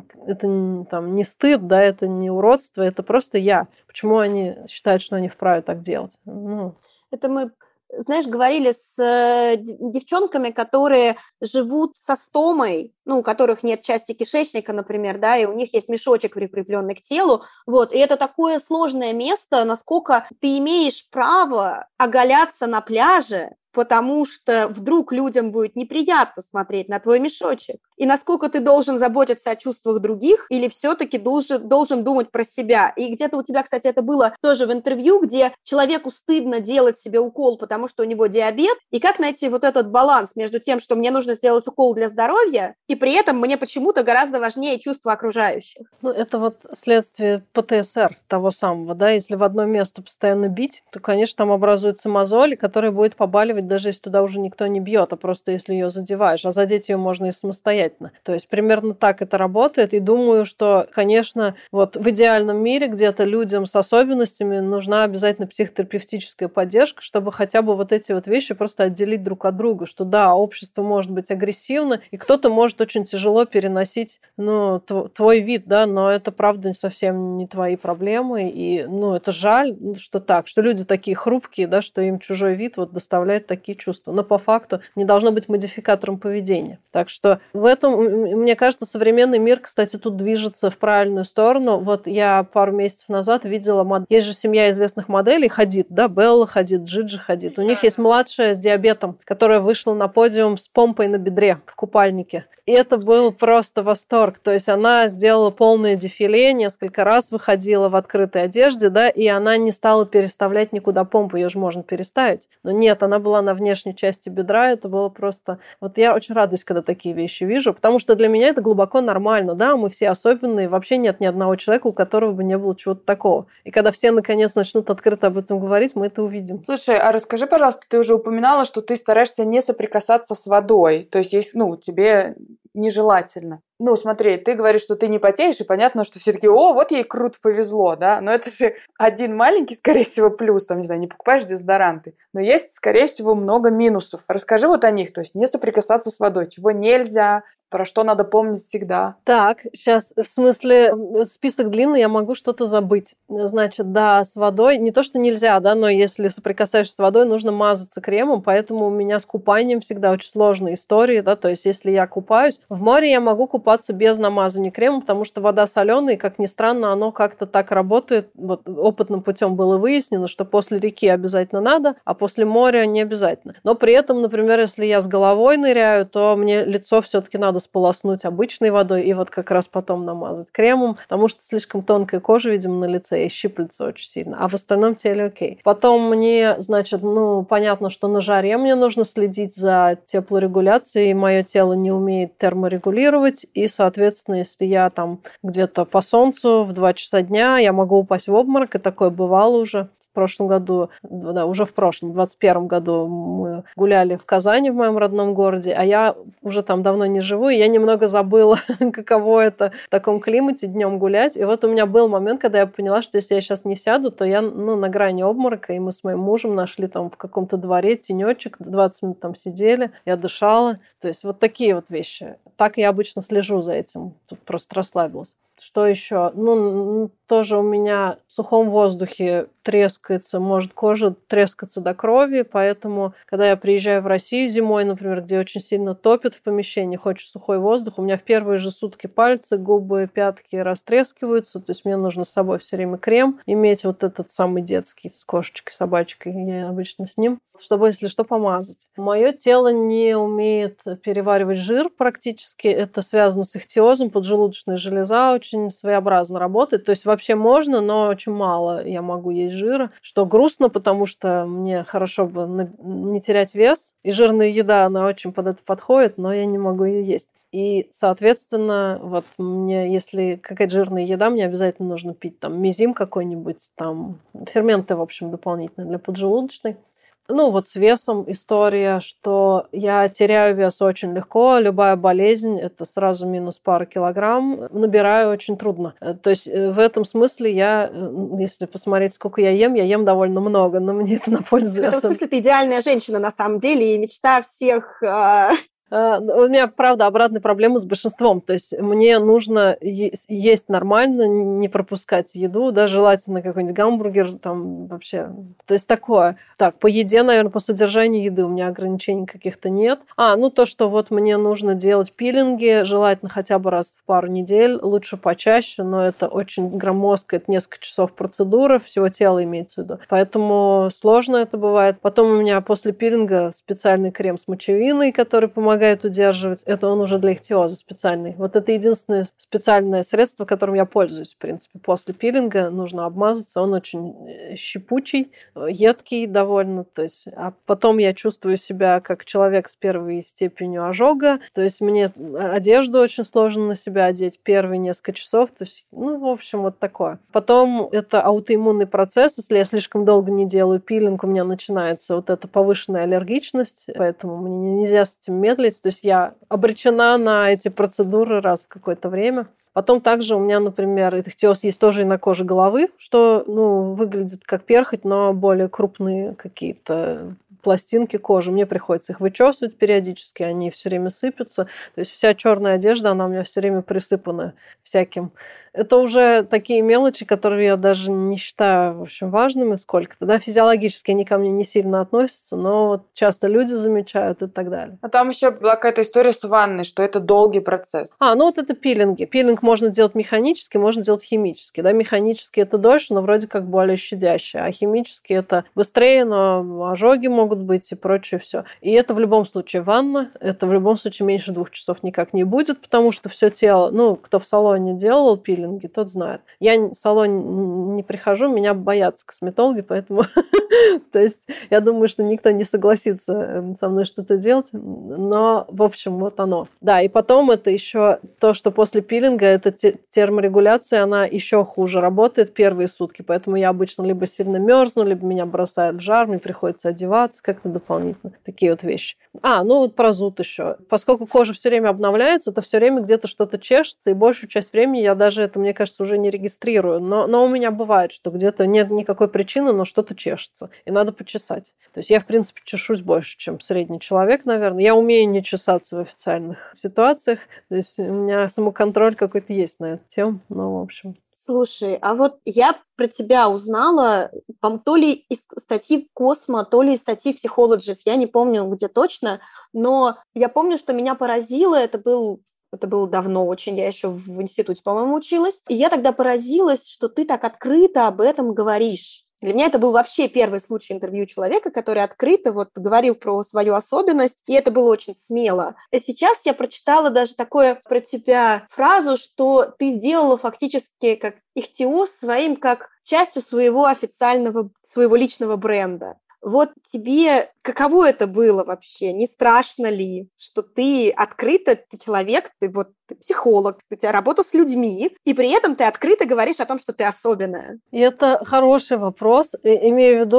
там не стыд, да, это не уродство, это просто я. Почему они считают, что они вправе так делать? Это мы, знаешь, говорили с девчонками, которые живут со стомой, у которых нет части кишечника, например, да, и у них есть мешочек прикрепленный к телу, и это такое сложное место, насколько ты имеешь право оголяться на пляже, потому что вдруг людям будет неприятно смотреть на твой мешочек. И насколько ты должен заботиться о чувствах других или все-таки должен думать про себя. И где-то у тебя, кстати, это было тоже в интервью, где человеку стыдно делать себе укол, потому что у него диабет, и как найти вот этот баланс между тем, что мне нужно сделать укол для здоровья, и при этом мне почему-то гораздо важнее чувства окружающих. Это вот следствие ПТСР того самого, да, если в одно место постоянно бить, то, конечно, там образуется мозоль, которая будет побаливать, даже если туда уже никто не бьет, а просто если ее задеваешь. А задеть ее можно и самостоятельно. самостоятельно. То есть примерно так это работает. И думаю, что, конечно, вот в идеальном мире где-то людям с особенностями нужна обязательно психотерапевтическая поддержка, чтобы хотя бы вот эти вот вещи просто отделить друг от друга, что да, общество может быть агрессивно, и кто-то может очень тяжело переносить, ну, твой вид, да, но это, правда, совсем не твои проблемы, и, ну, это жаль, что так, что люди такие хрупкие, да, что им чужой вид вот доставляет такие чувства, но по факту не должно быть модификатором поведения. Так что в этом, мне кажется, современный мир, кстати, тут движется в правильную сторону. Вот я пару месяцев назад видела, есть же семья известных моделей, Хадид, да, Белла Хадид, Джиджи Хадид. У них есть младшая с диабетом, которая вышла на подиум с помпой на бедре в купальнике. И это был просто восторг. То есть она сделала полное дефиле, несколько раз выходила в открытой одежде, да, и она не стала переставлять никуда помпу, ее же можно переставить. Но нет, она была на внешней части бедра, это было просто... Вот я очень радуюсь, когда такие вещи вижу, потому что для меня это глубоко нормально, да, мы все особенные, вообще нет ни одного человека, у которого бы не было чего-то такого. И когда все, наконец, начнут открыто об этом говорить, мы это увидим. Слушай, а расскажи, пожалуйста, ты уже упоминала, что ты стараешься не соприкасаться с водой, то есть, ну, тебе нежелательно. Ну, смотри, ты говоришь, что ты не потеешь, и понятно, что все таки вот ей круто повезло, да, но это же один маленький, скорее всего, плюс, там, не знаю, не покупаешь дезодоранты, но есть, скорее всего, много минусов. Расскажи вот о них, то есть не соприкасаться с водой, чего нельзя, про что надо помнить всегда. Так, сейчас, в смысле, список длинный, я могу что-то забыть. Значит, да, с водой, не то, что нельзя, да, но если соприкасаешься с водой, нужно мазаться кремом, поэтому у меня с купанием всегда очень сложные истории, да, то есть если я купаюсь, в море я могу купаться без намазывания кремом, потому что вода соленая, и, как ни странно, оно как-то так работает. Вот опытным путем было выяснено, что после реки обязательно надо, а после моря не обязательно. Но при этом, например, если я с головой ныряю, то мне лицо все-таки надо сполоснуть обычной водой и вот как раз потом намазать кремом, потому что слишком тонкая кожа, видимо, на лице и щиплется очень сильно, а в остальном теле окей. Потом мне, значит, ну, понятно, что на жаре мне нужно следить за теплорегуляцией, мое тело не умеет терморегулировать, и, соответственно, если я там где-то по солнцу в 2 часа дня, я могу упасть в обморок, и такое бывало уже. В прошлом году, да, уже в прошлом, в 2021 году мы гуляли в Казани, в моем родном городе, а я уже там давно не живу, и я немного забыла, каково это в таком климате днем гулять. И вот у меня был момент, когда я поняла, что если я сейчас не сяду, то я, ну, на грани обморока, и мы с моим мужем нашли там в каком-то дворе тенечек, 20 минут там сидели, я дышала. То есть вот такие вот вещи. Так я обычно слежу за этим, тут просто расслабилась. Что еще? Ну, тоже у меня в сухом воздухе трескается, может кожа трескаться до крови, поэтому, когда я приезжаю в Россию зимой, например, где очень сильно топит в помещении, хочешь сухой воздух, у меня в первые же сутки пальцы, губы, пятки растрескиваются, то есть мне нужно с собой все время крем, иметь вот этот самый детский с кошечкой, собачкой, я обычно с ним, чтобы, если что, помазать. Мое тело не умеет переваривать жир практически, это связано с ихтиозом, поджелудочная железа очень своеобразно работает, то есть вообще можно, но очень мало я могу есть жира, что грустно, потому что мне хорошо бы не терять вес, и жирная еда, она очень под это подходит, но я не могу ее есть. И, соответственно, вот мне, если какая-то жирная еда, мне обязательно нужно пить там мезим какой-нибудь, там ферменты, в общем, дополнительные для поджелудочной. Ну, вот с весом история, что я теряю вес очень легко, любая болезнь – это сразу минус пара килограмм, набираю очень трудно. То есть в этом смысле я, если посмотреть, сколько я ем довольно много, но мне это на пользу. В этом смысле ты идеальная женщина на самом деле, и мечта всех... У меня, правда, обратная проблема с большинством. То есть мне нужно есть нормально, не пропускать еду, да, желательно какой-нибудь гамбургер, там вообще. То есть такое. Так, по еде, наверное, по содержанию еды у меня ограничений каких-то нет. Ну то, что вот мне нужно делать пилинги, желательно хотя бы раз в пару недель, лучше почаще, но это очень громоздко, это несколько часов процедуры, всего тела имеется в виду. Поэтому сложно это бывает. Потом у меня после пилинга специальный крем с мочевиной, который помогает удерживать. Это он уже для ихтиоза специальный. Вот это единственное специальное средство, которым я пользуюсь, в принципе. После пилинга нужно обмазаться. Он очень щипучий, едкий довольно. То есть, а потом я чувствую себя как человек с первой степенью ожога. То есть мне одежду очень сложно на себя одеть первые несколько часов. То есть, ну, в общем, вот такое. Потом это аутоиммунный процесс. Если я слишком долго не делаю пилинг, у меня начинается вот эта повышенная аллергичность. Поэтому мне нельзя с этим медлить. зациклить. То есть я обречена на эти процедуры раз в какое-то время. Потом также у меня, например, ихтиоз есть тоже и на коже головы, что выглядит как перхоть, но более крупные какие-то пластинки кожи. Мне приходится их вычесывать периодически, они все время сыпятся. То есть вся черная одежда, она у меня все время присыпана всяким. Это уже такие мелочи, которые я даже не считаю, в общем, важными сколько-то. Да, физиологически они ко мне не сильно относятся, но вот часто люди замечают и так далее. А там еще была какая-то история с ванной, что это долгий процесс. Вот это пилинги. Пилинг можно делать механически, можно делать химически. Да, механически это дольше, но вроде как более щадящее, а химически это быстрее, но ожоги могут быть и прочее все. И это в любом случае ванна, это в любом случае меньше 2 часов никак не будет, потому что все тело, кто в салоне делал пилинг, тот знает. Я в салон не прихожу, меня боятся косметологи, поэтому то есть я думаю, что никто не согласится со мной что-то делать, но, в общем, вот оно. Да, и потом это еще то, что после пилинга эта терморегуляция, она еще хуже работает первые сутки, поэтому я обычно либо сильно мерзну, либо меня бросает в жар, мне приходится одеваться как-то дополнительно. Такие вот вещи. Вот про зуд еще. Поскольку кожа все время обновляется, то все время где-то что-то чешется, и большую часть времени я даже это, мне кажется, уже не регистрирую. Но у меня бывает, что где-то нет никакой причины, но что-то чешется. И надо почесать. То есть я, в принципе, чешусь больше, чем средний человек, наверное. Я умею не чесаться в официальных ситуациях. То есть у меня самоконтроль какой-то есть на эту тему. В общем. Слушай, а вот я про тебя узнала, то ли из статьи в Cosmo, то ли из статьи в Psychologist, я не помню, где точно, но я помню, что меня поразило, это было давно очень, я еще в институте, по-моему, училась, и я тогда поразилась, что ты так открыто об этом говоришь. Для меня это был вообще первый случай интервью человека, который открыто говорил про свою особенность, и это было очень смело. А сейчас я прочитала даже такое про тебя фразу, что ты сделала фактически как ихтиоз своим, как частью своего официального, своего личного бренда. Вот тебе каково это было вообще? Не страшно ли, что ты открыто, ты человек, ты психолог, у тебя работа с людьми, и при этом ты открыто говоришь о том, что ты особенная? И это хороший вопрос. Имею в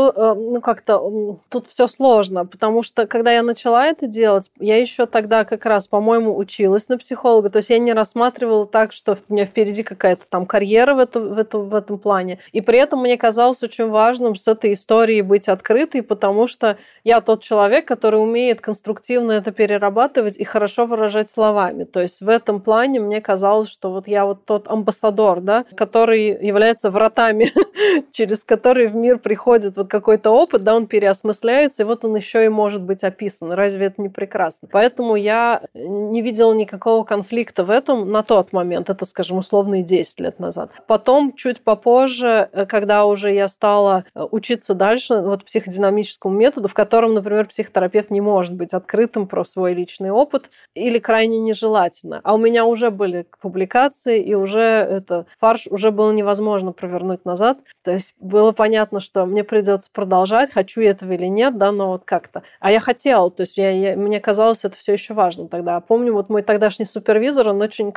виду, тут все сложно, потому что, когда я начала это делать, я еще тогда как раз, по-моему, училась на психолога, то есть я не рассматривала так, что у меня впереди какая-то там карьера в этом плане. И при этом мне казалось очень важным с этой историей быть открытой, потому что я тот человек, который умеет конструктивно это перерабатывать и хорошо выражать словами. То есть в этом плане мне казалось, что я тот амбассадор, да, который является вратами, через которые в мир приходит какой-то опыт, да, он переосмысляется, и он еще и может быть описан. Разве это не прекрасно? Поэтому я не видела никакого конфликта в этом на тот момент, это, скажем, условные 10 лет назад. Потом, чуть попозже, когда уже я стала учиться дальше психодинамическому методу, в котором, например, психотерапевт не может быть открытым про свой личный опыт или крайне нежелательно. А у меня уже были публикации, и уже фарш уже было невозможно провернуть назад. То есть было понятно, что мне придется продолжать, хочу я этого или нет, да, но как-то. А я хотела, то есть мне казалось, это все еще важно тогда. Помню, мой тогдашний супервизор, он очень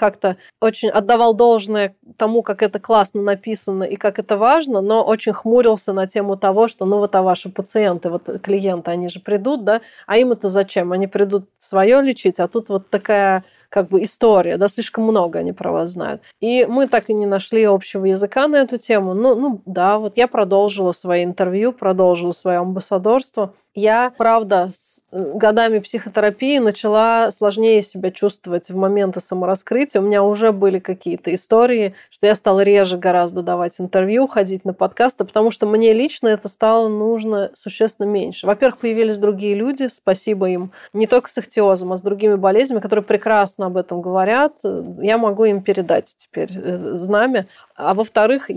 отдавал должное тому, как это классно написано и как это важно, но очень хмурился на тему того, что а ваши пациенты, клиенты, они же придут, да, а им это зачем? Они придут свое лечить, а тут такая история, да, слишком много они про вас знают. И мы так и не нашли общего языка на эту тему. Я продолжила свои интервью, продолжила свое амбассадорство. Я, правда, с годами психотерапии начала сложнее себя чувствовать в моменты самораскрытия. У меня уже были какие-то истории, что я стала реже гораздо давать интервью, ходить на подкасты, потому что мне лично это стало нужно существенно меньше. Во-первых, появились другие люди, спасибо им, не только с ихтиозом, а с другими болезнями, которые прекрасно об этом говорят. Я могу им передать теперь знамя. А во-вторых,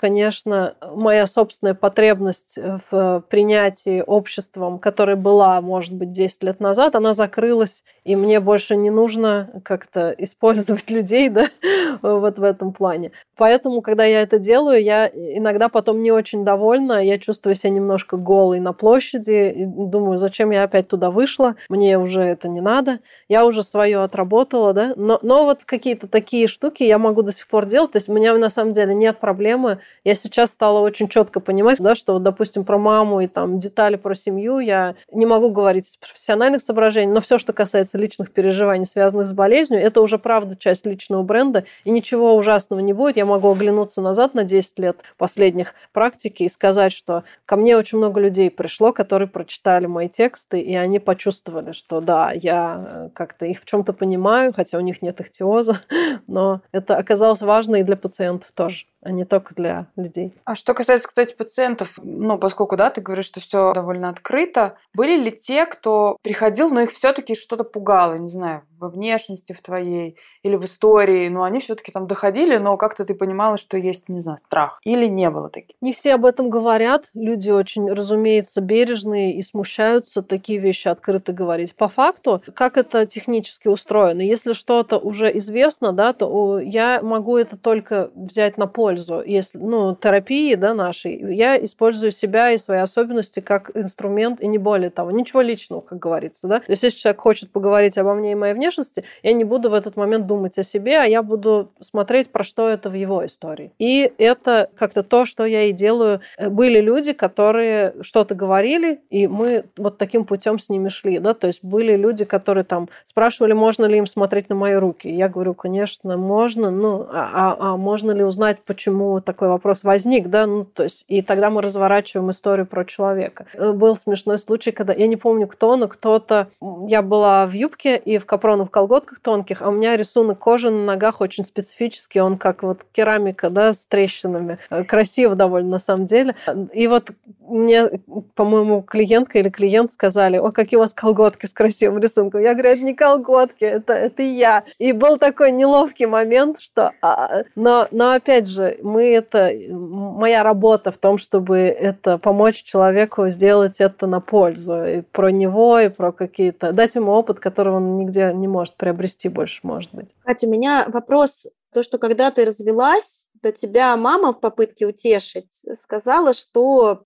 моя собственная потребность в принятии обществом, которая была, может быть, 10 лет назад, она закрылась, и мне больше не нужно как-то использовать людей, да, в этом плане. Поэтому, когда я это делаю, я иногда потом не очень довольна, я чувствую себя немножко голой на площади, и думаю, зачем я опять туда вышла, мне уже это не надо, я уже свое отработала, да, но какие-то такие штуки я могу до сих пор делать, то есть у меня на самом самом деле нет проблемы. Я сейчас стала очень четко понимать, да, что, допустим, про маму и там детали про семью я не могу говорить из профессиональных соображений, но все, что касается личных переживаний, связанных с болезнью, это уже правда часть личного бренда, и ничего ужасного не будет. Я могу оглянуться назад на 10 лет последних практики и сказать, что ко мне очень много людей пришло, которые прочитали мои тексты, и они почувствовали, что да, я как-то их в чем-то понимаю, хотя у них нет ихтиоза, но это оказалось важно и для пациентов тоже, а не только для людей. А что касается, кстати, пациентов, поскольку, да, ты говоришь, что все довольно открыто, были ли те, кто приходил, но их все-таки что-то пугало, не знаю, во внешности в твоей или в истории, но они все-таки там доходили, но как-то ты понимала, что есть, не знаю, страх, или не было таких? Не все об этом говорят, люди очень, разумеется, бережные и смущаются такие вещи открыто говорить. По факту, как это технически устроено, если что-то уже известно, да, то я могу это только взять на пользу. Если, терапии, да, нашей, я использую себя и свои особенности как инструмент, и не более того. Ничего личного, как говорится, да. То есть, если человек хочет поговорить обо мне и моей внешности, я не буду в этот момент думать о себе, а я буду смотреть, про что это в его истории. И это как-то то, что я и делаю. Были люди, которые что-то говорили, и мы вот таким путем с ними шли, да, то есть были люди, которые там спрашивали, можно ли им смотреть на мои руки. Я говорю, конечно, можно, а можно ли узнать, почему такой вопрос возник, да, то есть, и тогда мы разворачиваем историю про человека. Был смешной случай, когда, я не помню кто, но кто-то, я была в юбке и в капроновых колготках тонких, а у меня рисунок кожи на ногах очень специфический, он как вот керамика, да, с трещинами. Красиво довольно, на самом деле. И вот мне, по-моему, клиентка или клиент сказали, о, какие у вас колготки с красивым рисунком. Я говорю, это не колготки, это я. И был такой неловкий момент, что... Но опять же, моя работа в том, чтобы это помочь человеку сделать это на пользу. И про него, и про какие-то... Дать ему опыт, которого он нигде не может приобрести больше, может быть. Катя, у меня вопрос. То, что когда ты развелась, то тебя мама в попытке утешить сказала, что,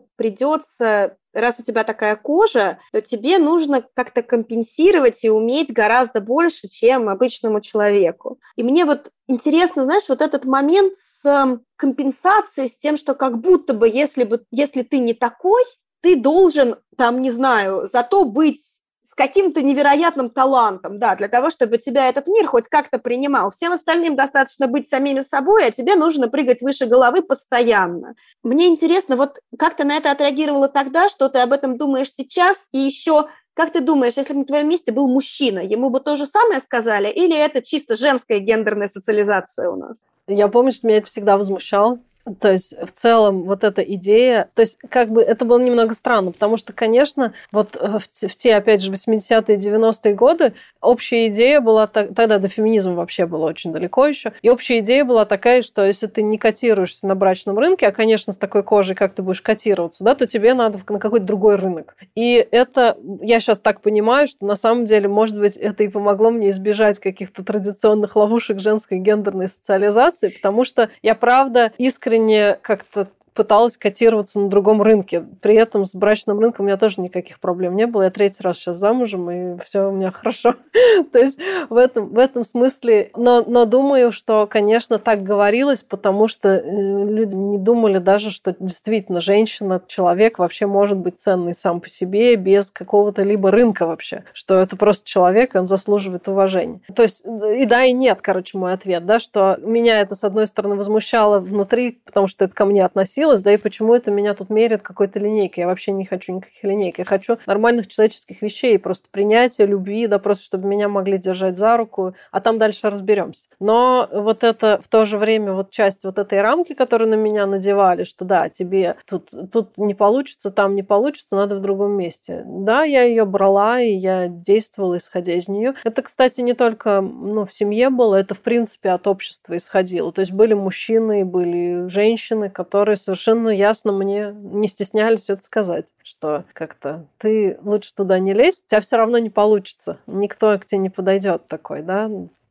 придется, раз у тебя такая кожа, то тебе нужно как-то компенсировать и уметь гораздо больше, чем обычному человеку. И мне вот интересно, знаешь, вот этот момент с компенсацией, с тем, что как будто бы, если ты не такой, ты должен, там, не знаю, зато быть с каким-то невероятным талантом, да, для того, чтобы тебя этот мир хоть как-то принимал. Всем остальным достаточно быть самими собой, а тебе нужно прыгать выше головы постоянно. Мне интересно, вот как ты на это отреагировала тогда, что ты об этом думаешь сейчас, и еще как ты думаешь, если бы на твоем месте был мужчина, ему бы то же самое сказали, или это чисто женская гендерная социализация у нас? Я помню, что меня это всегда возмущало. То есть, в целом, вот эта идея... То есть, как бы это было немного странно, потому что, конечно, вот в те, опять же, 80-е, 90-е годы общая идея была... Тогда до феминизма вообще было очень далеко еще. И общая идея была такая, что если ты не котируешься на брачном рынке, а, конечно, с такой кожей, как ты будешь котироваться, да, то тебе надо на какой-то другой рынок. И это... Я сейчас так понимаю, что на самом деле, может быть, это и помогло мне избежать каких-то традиционных ловушек женской гендерной социализации, потому что я, правда, искренне как-то пыталась котироваться на другом рынке. При этом с брачным рынком у меня тоже никаких проблем не было. Я 3-й раз сейчас замужем, и все у меня хорошо. То есть в этом смысле... Но думаю, что, конечно, так говорилось, потому что люди не думали даже, что действительно женщина, человек вообще может быть ценный сам по себе без какого-то либо рынка вообще. Что это просто человек, и он заслуживает уважения. То есть и да, и нет, мой ответ, да, что меня это, с одной стороны, возмущало внутри, потому что это ко мне относилось, да и почему это меня тут меряет какой-то линейкой. Я вообще не хочу никаких линейок. Я хочу нормальных человеческих вещей, просто принятия, любви, да, просто чтобы меня могли держать за руку, а там дальше разберемся. Но вот это в то же время вот часть вот этой рамки, которую на меня надевали, что да, тебе тут не получится, там не получится, надо в другом месте. Да, я ее брала, и я действовала, исходя из нее. Это, кстати, не только в семье было, это в принципе от общества исходило. То есть были мужчины, были женщины, которые совершенно ясно мне не стеснялись это сказать, что как-то ты лучше туда не лезь, у тебя все равно не получится. Никто к тебе не подойдет такой, да?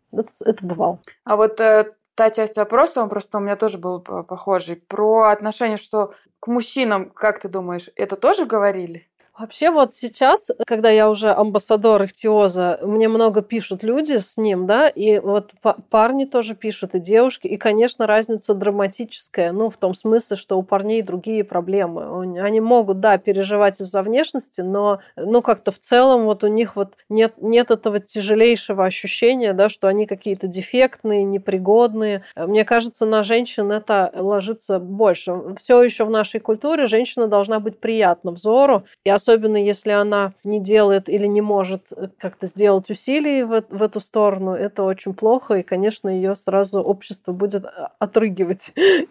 Это бывало. А вот та часть вопроса, он просто у меня тоже был похожий, про отношение, что к мужчинам, как ты думаешь, это тоже говорили? Вообще вот сейчас, когда я уже амбассадор ихтиоза, мне много пишут люди с ним, да, и вот парни тоже пишут, и девушки, и, конечно, разница драматическая, ну, в том смысле, что у парней другие проблемы. Они могут, да, переживать из-за внешности, но, ну, как-то в целом вот у них вот нет этого тяжелейшего ощущения, да, что они какие-то дефектные, непригодные. Мне кажется, на женщин это ложится больше. Все еще в нашей культуре женщина должна быть приятна взору, и особенно если она не делает или не может как-то сделать усилий в эту сторону, это очень плохо, и, конечно, ее сразу общество будет отрыгивать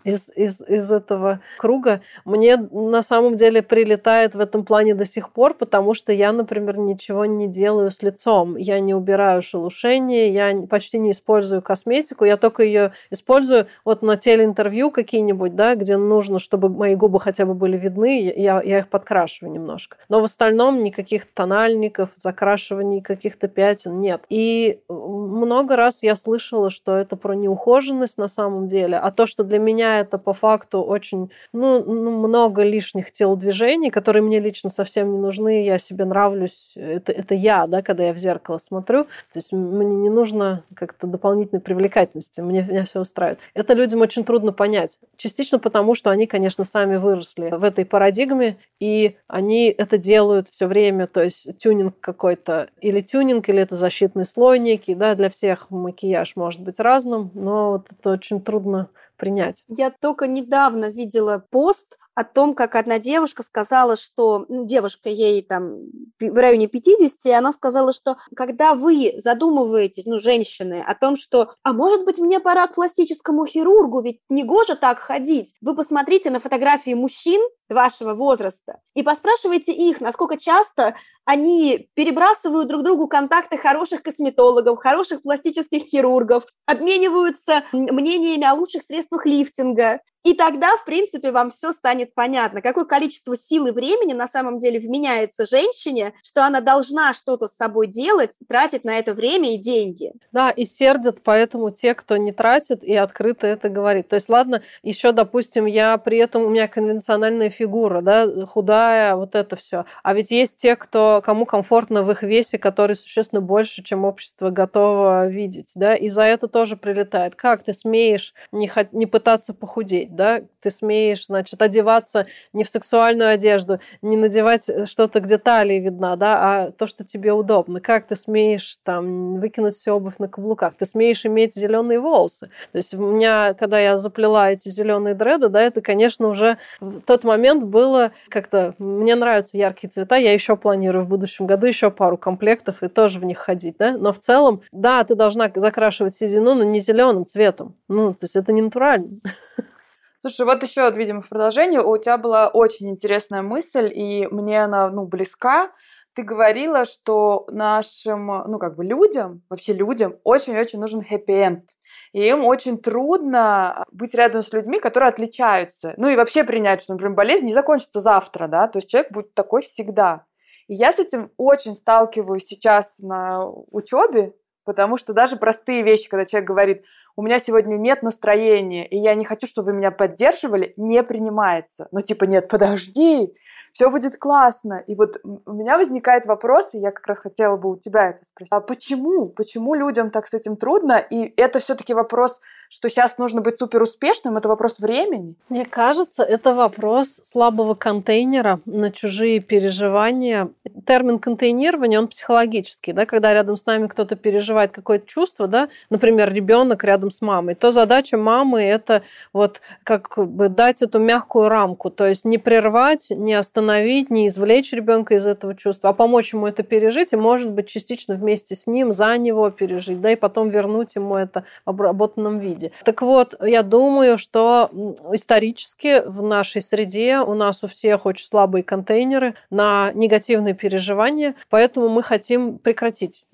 из этого круга. Мне на самом деле прилетает в этом плане до сих пор, потому что я, например, ничего не делаю с лицом. Я не убираю шелушение, я почти не использую косметику, я только ее использую вот на телеинтервью какие-нибудь, да, где нужно, чтобы мои губы хотя бы были видны, я их подкрашиваю немножко. Но в остальном никаких тональников, закрашиваний каких-то пятен нет. И много раз я слышала, что это про неухоженность на самом деле, а то, что для меня это по факту очень, много лишних телодвижений, которые мне лично совсем не нужны, я себе нравлюсь, это я, да, когда я в зеркало смотрю, то есть мне не нужно как-то дополнительной привлекательности, меня все устраивает. Это людям очень трудно понять. Частично потому, что они, конечно, сами выросли в этой парадигме, и они это делают все время, то есть тюнинг какой-то, или это защитный слой некий, да, для всех макияж может быть разным, но вот это очень трудно принять. Я только недавно видела пост о том, как одна девушка сказала, что девушка ей там в районе 50, и она сказала, что когда вы задумываетесь, женщины, о том, что, а может быть, мне пора к пластическому хирургу, ведь негоже так ходить, вы посмотрите на фотографии мужчин вашего возраста и поспрашивайте их, насколько часто они перебрасывают друг другу контакты хороших косметологов, хороших пластических хирургов, обмениваются мнениями о лучших средствах лифтинга. И тогда, в принципе, вам все станет понятно, какое количество сил и времени на самом деле вменяется женщине, что она должна что-то с собой делать, тратить на это время и деньги. Да, и сердят поэтому те, кто не тратит и открыто это говорит. То есть, ладно, еще, допустим, я при этом, у меня конвенциональная фигура, да, худая, вот это все. А ведь есть те, кому комфортно в их весе, который существенно больше, чем общество готово видеть, да, и за это тоже прилетает. Как ты смеешь не пытаться похудеть? Да, ты смеешь, значит, одеваться не в сексуальную одежду, не надевать что-то, где талия видна, да, а то, что тебе удобно. Как ты смеешь там выкинуть всю обувь на каблуках? Ты смеешь иметь зеленые волосы? То есть у меня, когда я заплела эти зеленые дреды, да, это, конечно, уже в тот момент было как-то... Мне нравятся яркие цвета, я еще планирую в будущем году еще пару комплектов и тоже в них ходить, да, но в целом, да, ты должна закрашивать седину, но не зеленым цветом. То есть это не натурально. Слушай, вот еще, видимо, в продолжение у тебя была очень интересная мысль, и мне она, близка. Ты говорила, что нашим, людям, вообще людям очень-очень нужен хэппи-энд. И им очень трудно быть рядом с людьми, которые отличаются. И вообще принять, что, например, болезнь не закончится завтра, да, то есть человек будет такой всегда. И я с этим очень сталкиваюсь сейчас на учебе, потому что даже простые вещи, когда человек говорит: у меня сегодня нет настроения, и я не хочу, чтобы вы меня поддерживали, не принимается. Нет, подожди, все будет классно. И вот у меня возникает вопрос, и я как раз хотела бы у тебя это спросить. А почему? Почему людям так с этим трудно? И это все-таки вопрос, что сейчас нужно быть суперуспешным, это вопрос времени? Мне кажется, это вопрос слабого контейнера на чужие переживания. Термин контейнирование, он психологический, да, когда рядом с нами кто-то переживает какое-то чувство, да, например, ребенок рядом с мамой, то задача мамы это вот как бы дать эту мягкую рамку, то есть не прервать, не остановить, не извлечь ребенка из этого чувства, а помочь ему это пережить и, может быть, частично вместе с ним за него пережить, да, и потом вернуть ему это в обработанном виде. Так вот, я думаю, что исторически в нашей среде у нас у всех очень слабые контейнеры на негативные переживания, поэтому мы хотим прекратить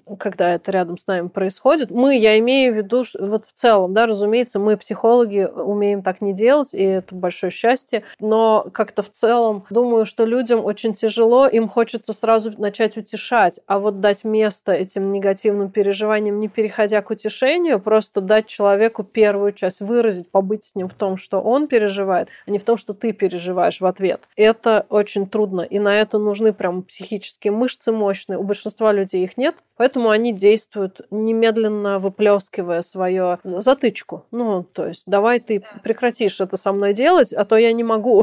когда это рядом с нами происходит. Я имею в виду, что вот в целом, да, разумеется, мы, психологи, умеем так не делать, и это большое счастье, но как-то в целом думаю, что людям очень тяжело, им хочется сразу начать утешать, а вот дать место этим негативным переживаниям, не переходя к утешению, просто дать человеку первую часть выразить, побыть с ним в том, что он переживает, а не в том, что ты переживаешь в ответ. Это очень трудно, и на это нужны прям психические мышцы мощные. У большинства людей их нет, поэтому они действуют немедленно, выплескивая свою затычку. То есть давай ты прекратишь это со мной делать, а то я не могу.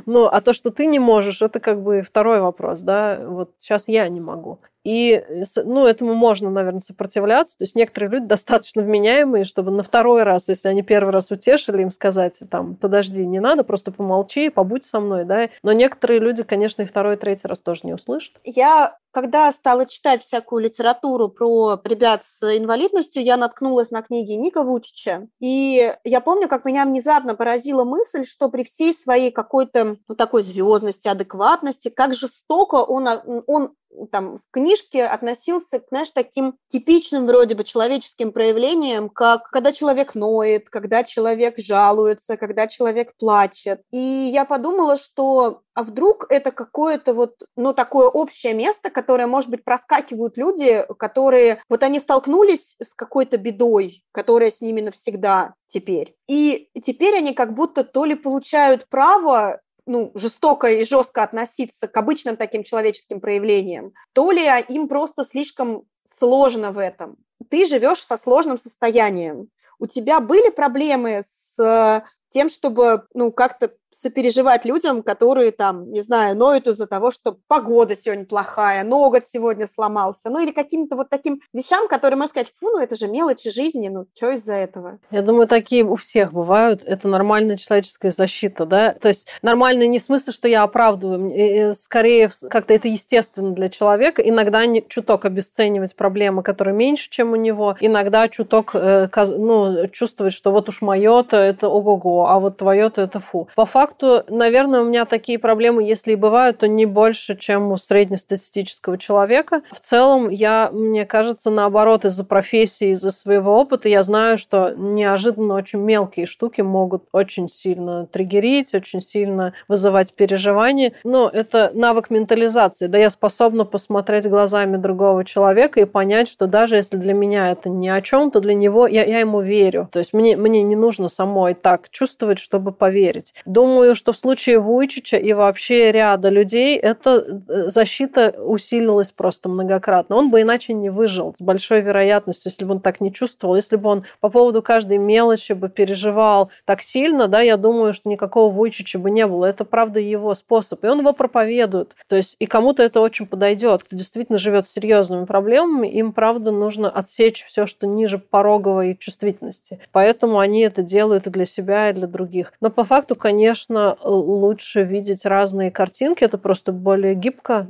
А то, что ты не можешь, это как бы второй вопрос, да, вот сейчас я не могу. И, этому можно, наверное, сопротивляться. То есть некоторые люди достаточно вменяемые, чтобы на второй раз, если они первый раз утешили, им сказать, подожди, не надо, просто помолчи, побудь со мной, да. Но некоторые люди, конечно, и второй, и третий раз тоже не услышат. Я, когда стала читать всякую литературу про ребят с инвалидностью, я наткнулась на книги Ника Вуйчича. И я помню, как меня внезапно поразила мысль, что при всей своей какой-то такой звездности, адекватности, как жестоко он там в книжке относился к, таким типичным вроде бы человеческим проявлениям, как когда человек ноет, когда человек жалуется, когда человек плачет. И я подумала, что а вдруг это какое-то такое общее место, которое, может быть, проскакивают люди, которые они столкнулись с какой-то бедой, которая с ними навсегда теперь. И теперь они как будто то ли получают право жестоко и жестко относиться к обычным таким человеческим проявлениям, то ли им просто слишком сложно в этом. Ты живешь со сложным состоянием. У тебя были проблемы с тем, чтобы, как-то сопереживать людям, которые ноют из-за того, что погода сегодня плохая, ноготь сегодня сломался, или каким-то таким вещам, которые, можно сказать, это же мелочи жизни, что из-за этого? Я думаю, такие у всех бывают. Это нормальная человеческая защита, да? То есть нормально не в смысле, что я оправдываю, скорее как-то это естественно для человека. Иногда чуток обесценивать проблемы, которые меньше, чем у него, иногда чуток чувствовать, что вот уж моё-то это ого-го, а вот твоё-то это фу. По факту, наверное, у меня такие проблемы, если и бывают, то не больше, чем у среднестатистического человека. В целом, мне кажется, наоборот, из-за профессии, из-за своего опыта, я знаю, что неожиданно очень мелкие штуки могут очень сильно триггерить, очень сильно вызывать переживания. Это навык ментализации. Да, я способна посмотреть глазами другого человека и понять, что даже если для меня это ни о чем, то для него я ему верю. То есть мне не нужно самой так чувствовать, чтобы поверить. Думаю, что в случае Вуйчича и вообще ряда людей эта защита усилилась просто многократно. Он бы иначе не выжил с большой вероятностью, если бы он так не чувствовал. Если бы он по поводу каждой мелочи бы переживал так сильно, да, я думаю, что никакого Вуйчича бы не было. Это, правда, его способ. И он его проповедует. То есть и кому-то это очень подойдет. Кто действительно живет с серьезными проблемами, им, правда, нужно отсечь все, что ниже пороговой чувствительности. Поэтому они это делают и для себя, и для других. Но по факту, конечно, лучше видеть разные картинки, это просто более гибко.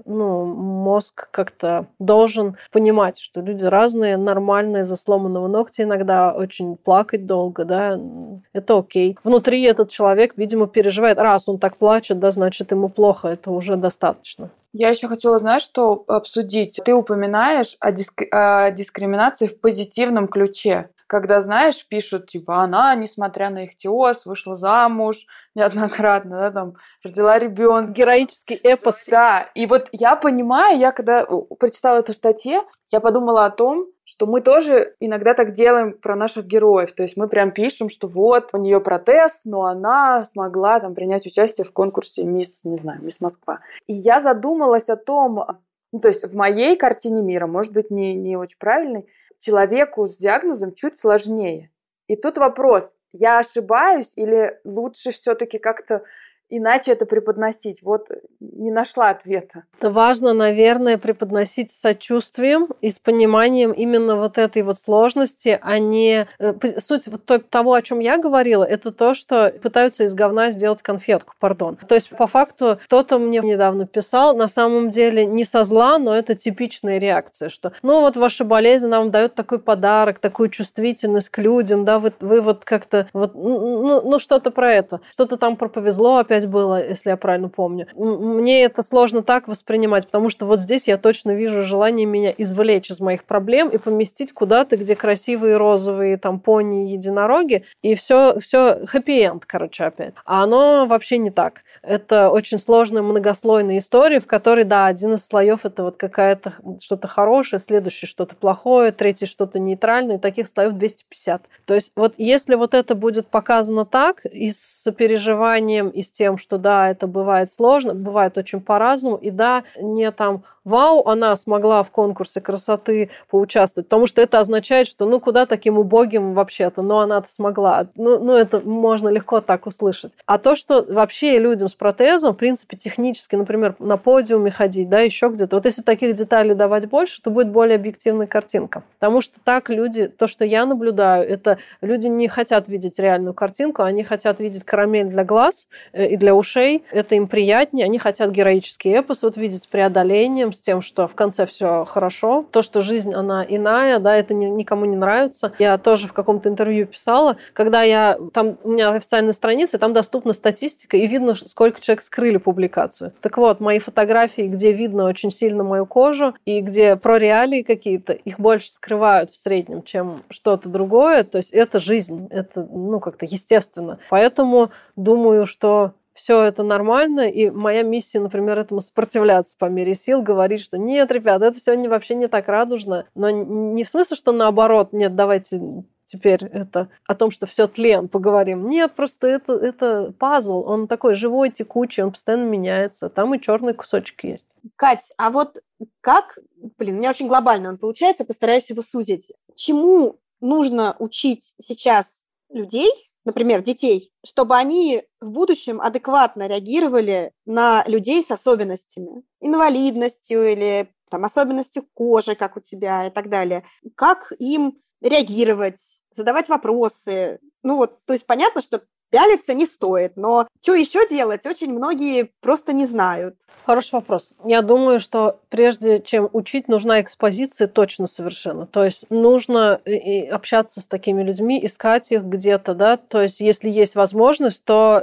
Мозг как-то должен понимать, что люди разные, нормально из-за сломанного ногтя иногда очень плакать долго, да, это окей. Внутри этот человек, видимо, переживает, раз он так плачет, да, значит, ему плохо, это уже достаточно. Я еще хотела, знаешь, что обсудить. Ты упоминаешь о дискриминации в позитивном ключе. Когда, знаешь, пишут, она, несмотря на ихтиоз, вышла замуж неоднократно, да, родила ребенка. Героический эпос. Да, и я понимаю, я когда прочитала эту статью, я подумала о том, что мы тоже иногда так делаем про наших героев. То есть мы прям пишем, что у нее протез, но она смогла принять участие в конкурсе Мисс Москва. И я задумалась о том, то есть в моей картине мира, может быть, не очень правильной, человеку с диагнозом чуть сложнее. И тут вопрос, я ошибаюсь или лучше все-таки как-то иначе это преподносить? Не нашла ответа. Это важно, наверное, преподносить с сочувствием и с пониманием именно этой сложности, а не... Суть того, о чем я говорила, это то, что пытаются из говна сделать конфетку, пардон. То есть, по факту, кто-то мне недавно писал, на самом деле не со зла, но это типичная реакция, что ваша болезнь нам дает такой подарок, такую чувствительность к людям, да, вы как-то, что-то про это, что-то там про повезло опять 5 было, если я правильно помню. Мне это сложно так воспринимать, потому что вот здесь я точно вижу желание меня извлечь из моих проблем и поместить куда-то, где красивые розовые там пони, единороги, и все хэппи-энд, короче, опять. А оно вообще не так. Это очень сложная многослойная история, в которой, да, один из слоев это вот какая-то что-то хорошее, следующий что-то плохое, третий что-то нейтральное, и таких слоев 250. То есть вот если вот это будет показано так, и с сопереживанием, и с тем, что да, это бывает сложно, бывает очень по-разному, и да, не там вау, она смогла в конкурсе красоты поучаствовать, потому что это означает, что ну куда таким убогим вообще-то, но она-то смогла. Ну это можно легко так услышать. А то, что вообще людям с протезом, в принципе, технически, например, на подиуме ходить, да, еще где-то, вот если таких деталей давать больше, то будет более объективная картинка. Потому что так люди, то, что я наблюдаю, это люди не хотят видеть реальную картинку, они хотят видеть карамель для глаз и для ушей, это им приятнее, они хотят героический эпос вот видеть с преодолением, с тем, что в конце все хорошо. То, что жизнь, она иная, да, это никому не нравится. Я тоже в каком-то интервью писала, когда у меня официальная страница, там доступна статистика, и видно, сколько человек скрыли публикацию. Так вот, мои фотографии, где видно очень сильно мою кожу, и где про реалии какие-то, их больше скрывают в среднем, чем что-то другое. То есть это жизнь, это, как-то естественно. Поэтому думаю, что все это нормально, и моя миссия, например, этому сопротивляться по мере сил, говорить, что нет, ребят, это все вообще не так радужно, но не в смысле, что наоборот, нет, давайте теперь это о том, что все тлен, поговорим. Нет, просто это пазл, он такой живой, текучий, он постоянно меняется, там и черный кусочек есть. Кать, а вот как, у меня очень глобально он получается, постараюсь его сузить. Чему нужно учить сейчас людей, например, детей, чтобы они в будущем адекватно реагировали на людей с особенностями, инвалидностью или там, особенностью кожи, как у тебя и так далее. Как им реагировать, задавать вопросы. То есть понятно, что пялиться не стоит, но что еще делать, очень многие просто не знают. Хороший вопрос. Я думаю, что прежде чем учить, нужна экспозиция точно совершенно. То есть нужно общаться с такими людьми, искать их где-то, да, то есть если есть возможность, то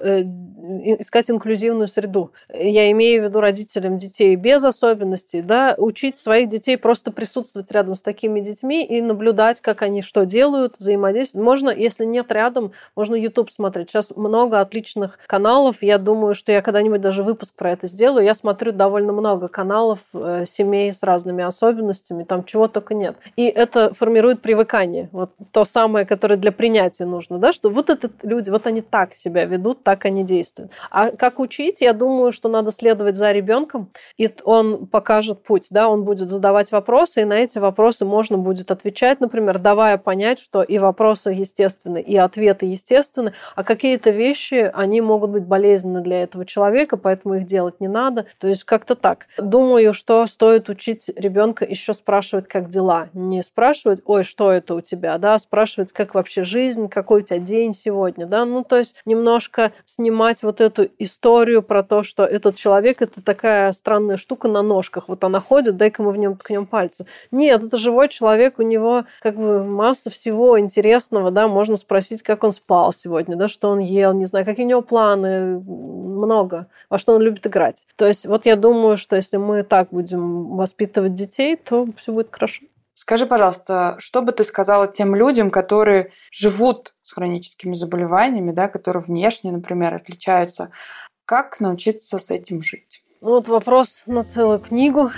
искать инклюзивную среду. Я имею в виду родителям детей без особенностей, да, учить своих детей просто присутствовать рядом с такими детьми и наблюдать, как они что делают, взаимодействуют. Можно, если нет рядом, можно YouTube смотреть. Сейчас много отличных каналов. Я думаю, что я когда-нибудь даже выпуск про это сделаю. Я смотрю довольно много каналов семей с разными особенностями, там чего только нет. И это формирует привыкание. Вот то самое, которое для принятия нужно, да, что вот это люди, вот они так себя ведут, так они действуют. А как учить? Я думаю, что надо следовать за ребенком, и он покажет путь, да, он будет задавать вопросы, и на эти вопросы можно будет отвечать, например, давая понять, что и вопросы естественны, и ответы естественны, а какие-то вещи, они могут быть болезненны для этого человека, поэтому их делать не надо. То есть как-то так. Думаю, что стоит учить ребенка еще спрашивать, как дела. Не спрашивать, ой, что это у тебя, да, спрашивать, как вообще жизнь, какой у тебя день сегодня, да, то есть немножко снимать вот эту историю про то, что этот человек, это такая странная штука на ножках, вот она ходит, дай-ка мы в нем ткнем пальцы. Нет, это живой человек, у него как бы масса всего интересного, да, можно спросить, как он спал сегодня, да, что он ел, не знаю, какие у него планы, много, во что он любит играть. То есть вот я думаю, что если мы так будем воспитывать детей, то все будет хорошо. Скажи, пожалуйста, что бы ты сказала тем людям, которые живут с хроническими заболеваниями, да, которые внешне, например, отличаются, как научиться с этим жить? Вот вопрос на целую книгу.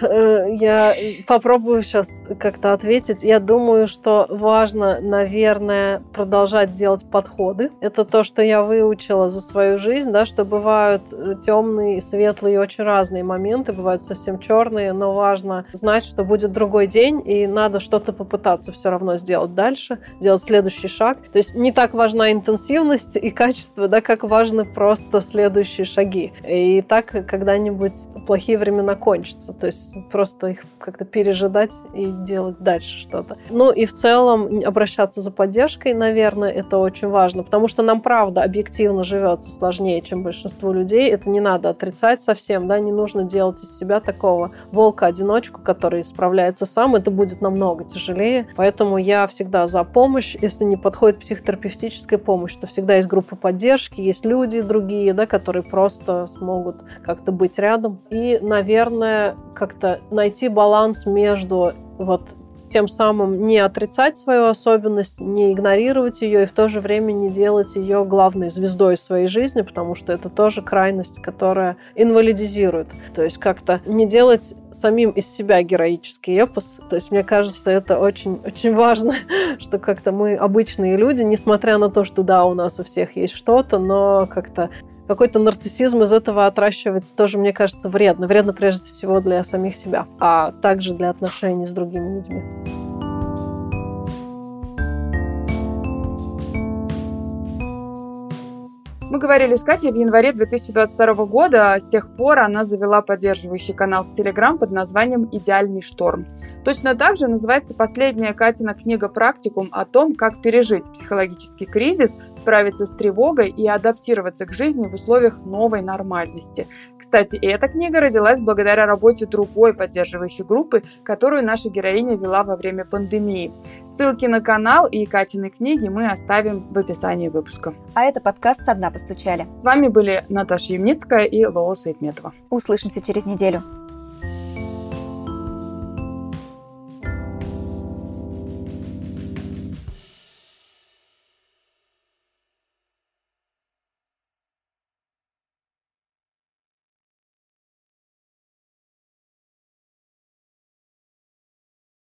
Я попробую сейчас как-то ответить. Я думаю, что важно, наверное, продолжать делать подходы. Это то, что я выучила за свою жизнь, да, что бывают темные, светлые и очень разные моменты, бывают совсем черные, но важно знать, что будет другой день, и надо что-то попытаться все равно сделать дальше, сделать следующий шаг. То есть не так важна интенсивность и качество, да, как важны просто следующие шаги. И так когда-нибудь когда-нибудь плохие времена кончатся. То есть просто их как-то пережидать и делать дальше что-то. Ну и в целом обращаться за поддержкой, наверное, это очень важно, потому что нам, правда, объективно живется сложнее, чем большинству людей. Это не надо отрицать совсем, да, не нужно делать из себя такого волка-одиночку, который справляется сам, это будет намного тяжелее. Поэтому я всегда за помощь. Если не подходит психотерапевтическая помощь, то всегда есть группа поддержки, есть люди другие, да, которые просто смогут как-то быть рядом. И, наверное, как-то найти баланс между вот тем самым не отрицать свою особенность, не игнорировать ее и в то же время не делать ее главной звездой своей жизни, потому что это тоже крайность, которая инвалидизирует. То есть как-то не делать самим из себя героический эпос. То есть мне кажется, это очень, очень важно, что как-то мы обычные люди, несмотря на то, что да, у нас у всех есть что-то, но как-то какой-то нарциссизм из этого отращивать тоже, мне кажется, вредно. Вредно прежде всего для самих себя, а также для отношений с другими людьми. Мы говорили с Катей в январе 2022 года. С тех пор она завела поддерживающий канал в Телеграм под названием «Идеальный шторм». Точно так же называется последняя Катина книга «Практикум» о том, как пережить психологический кризис, справиться с тревогой и адаптироваться к жизни в условиях новой нормальности. Кстати, эта книга родилась благодаря работе другой поддерживающей группы, которую наша героиня вела во время пандемии. Ссылки на канал и Катины книги мы оставим в описании выпуска. А это подкаст «Со дна постучали». С вами были Наташа Ямницкая и Лоо Саидметова. Услышимся через неделю.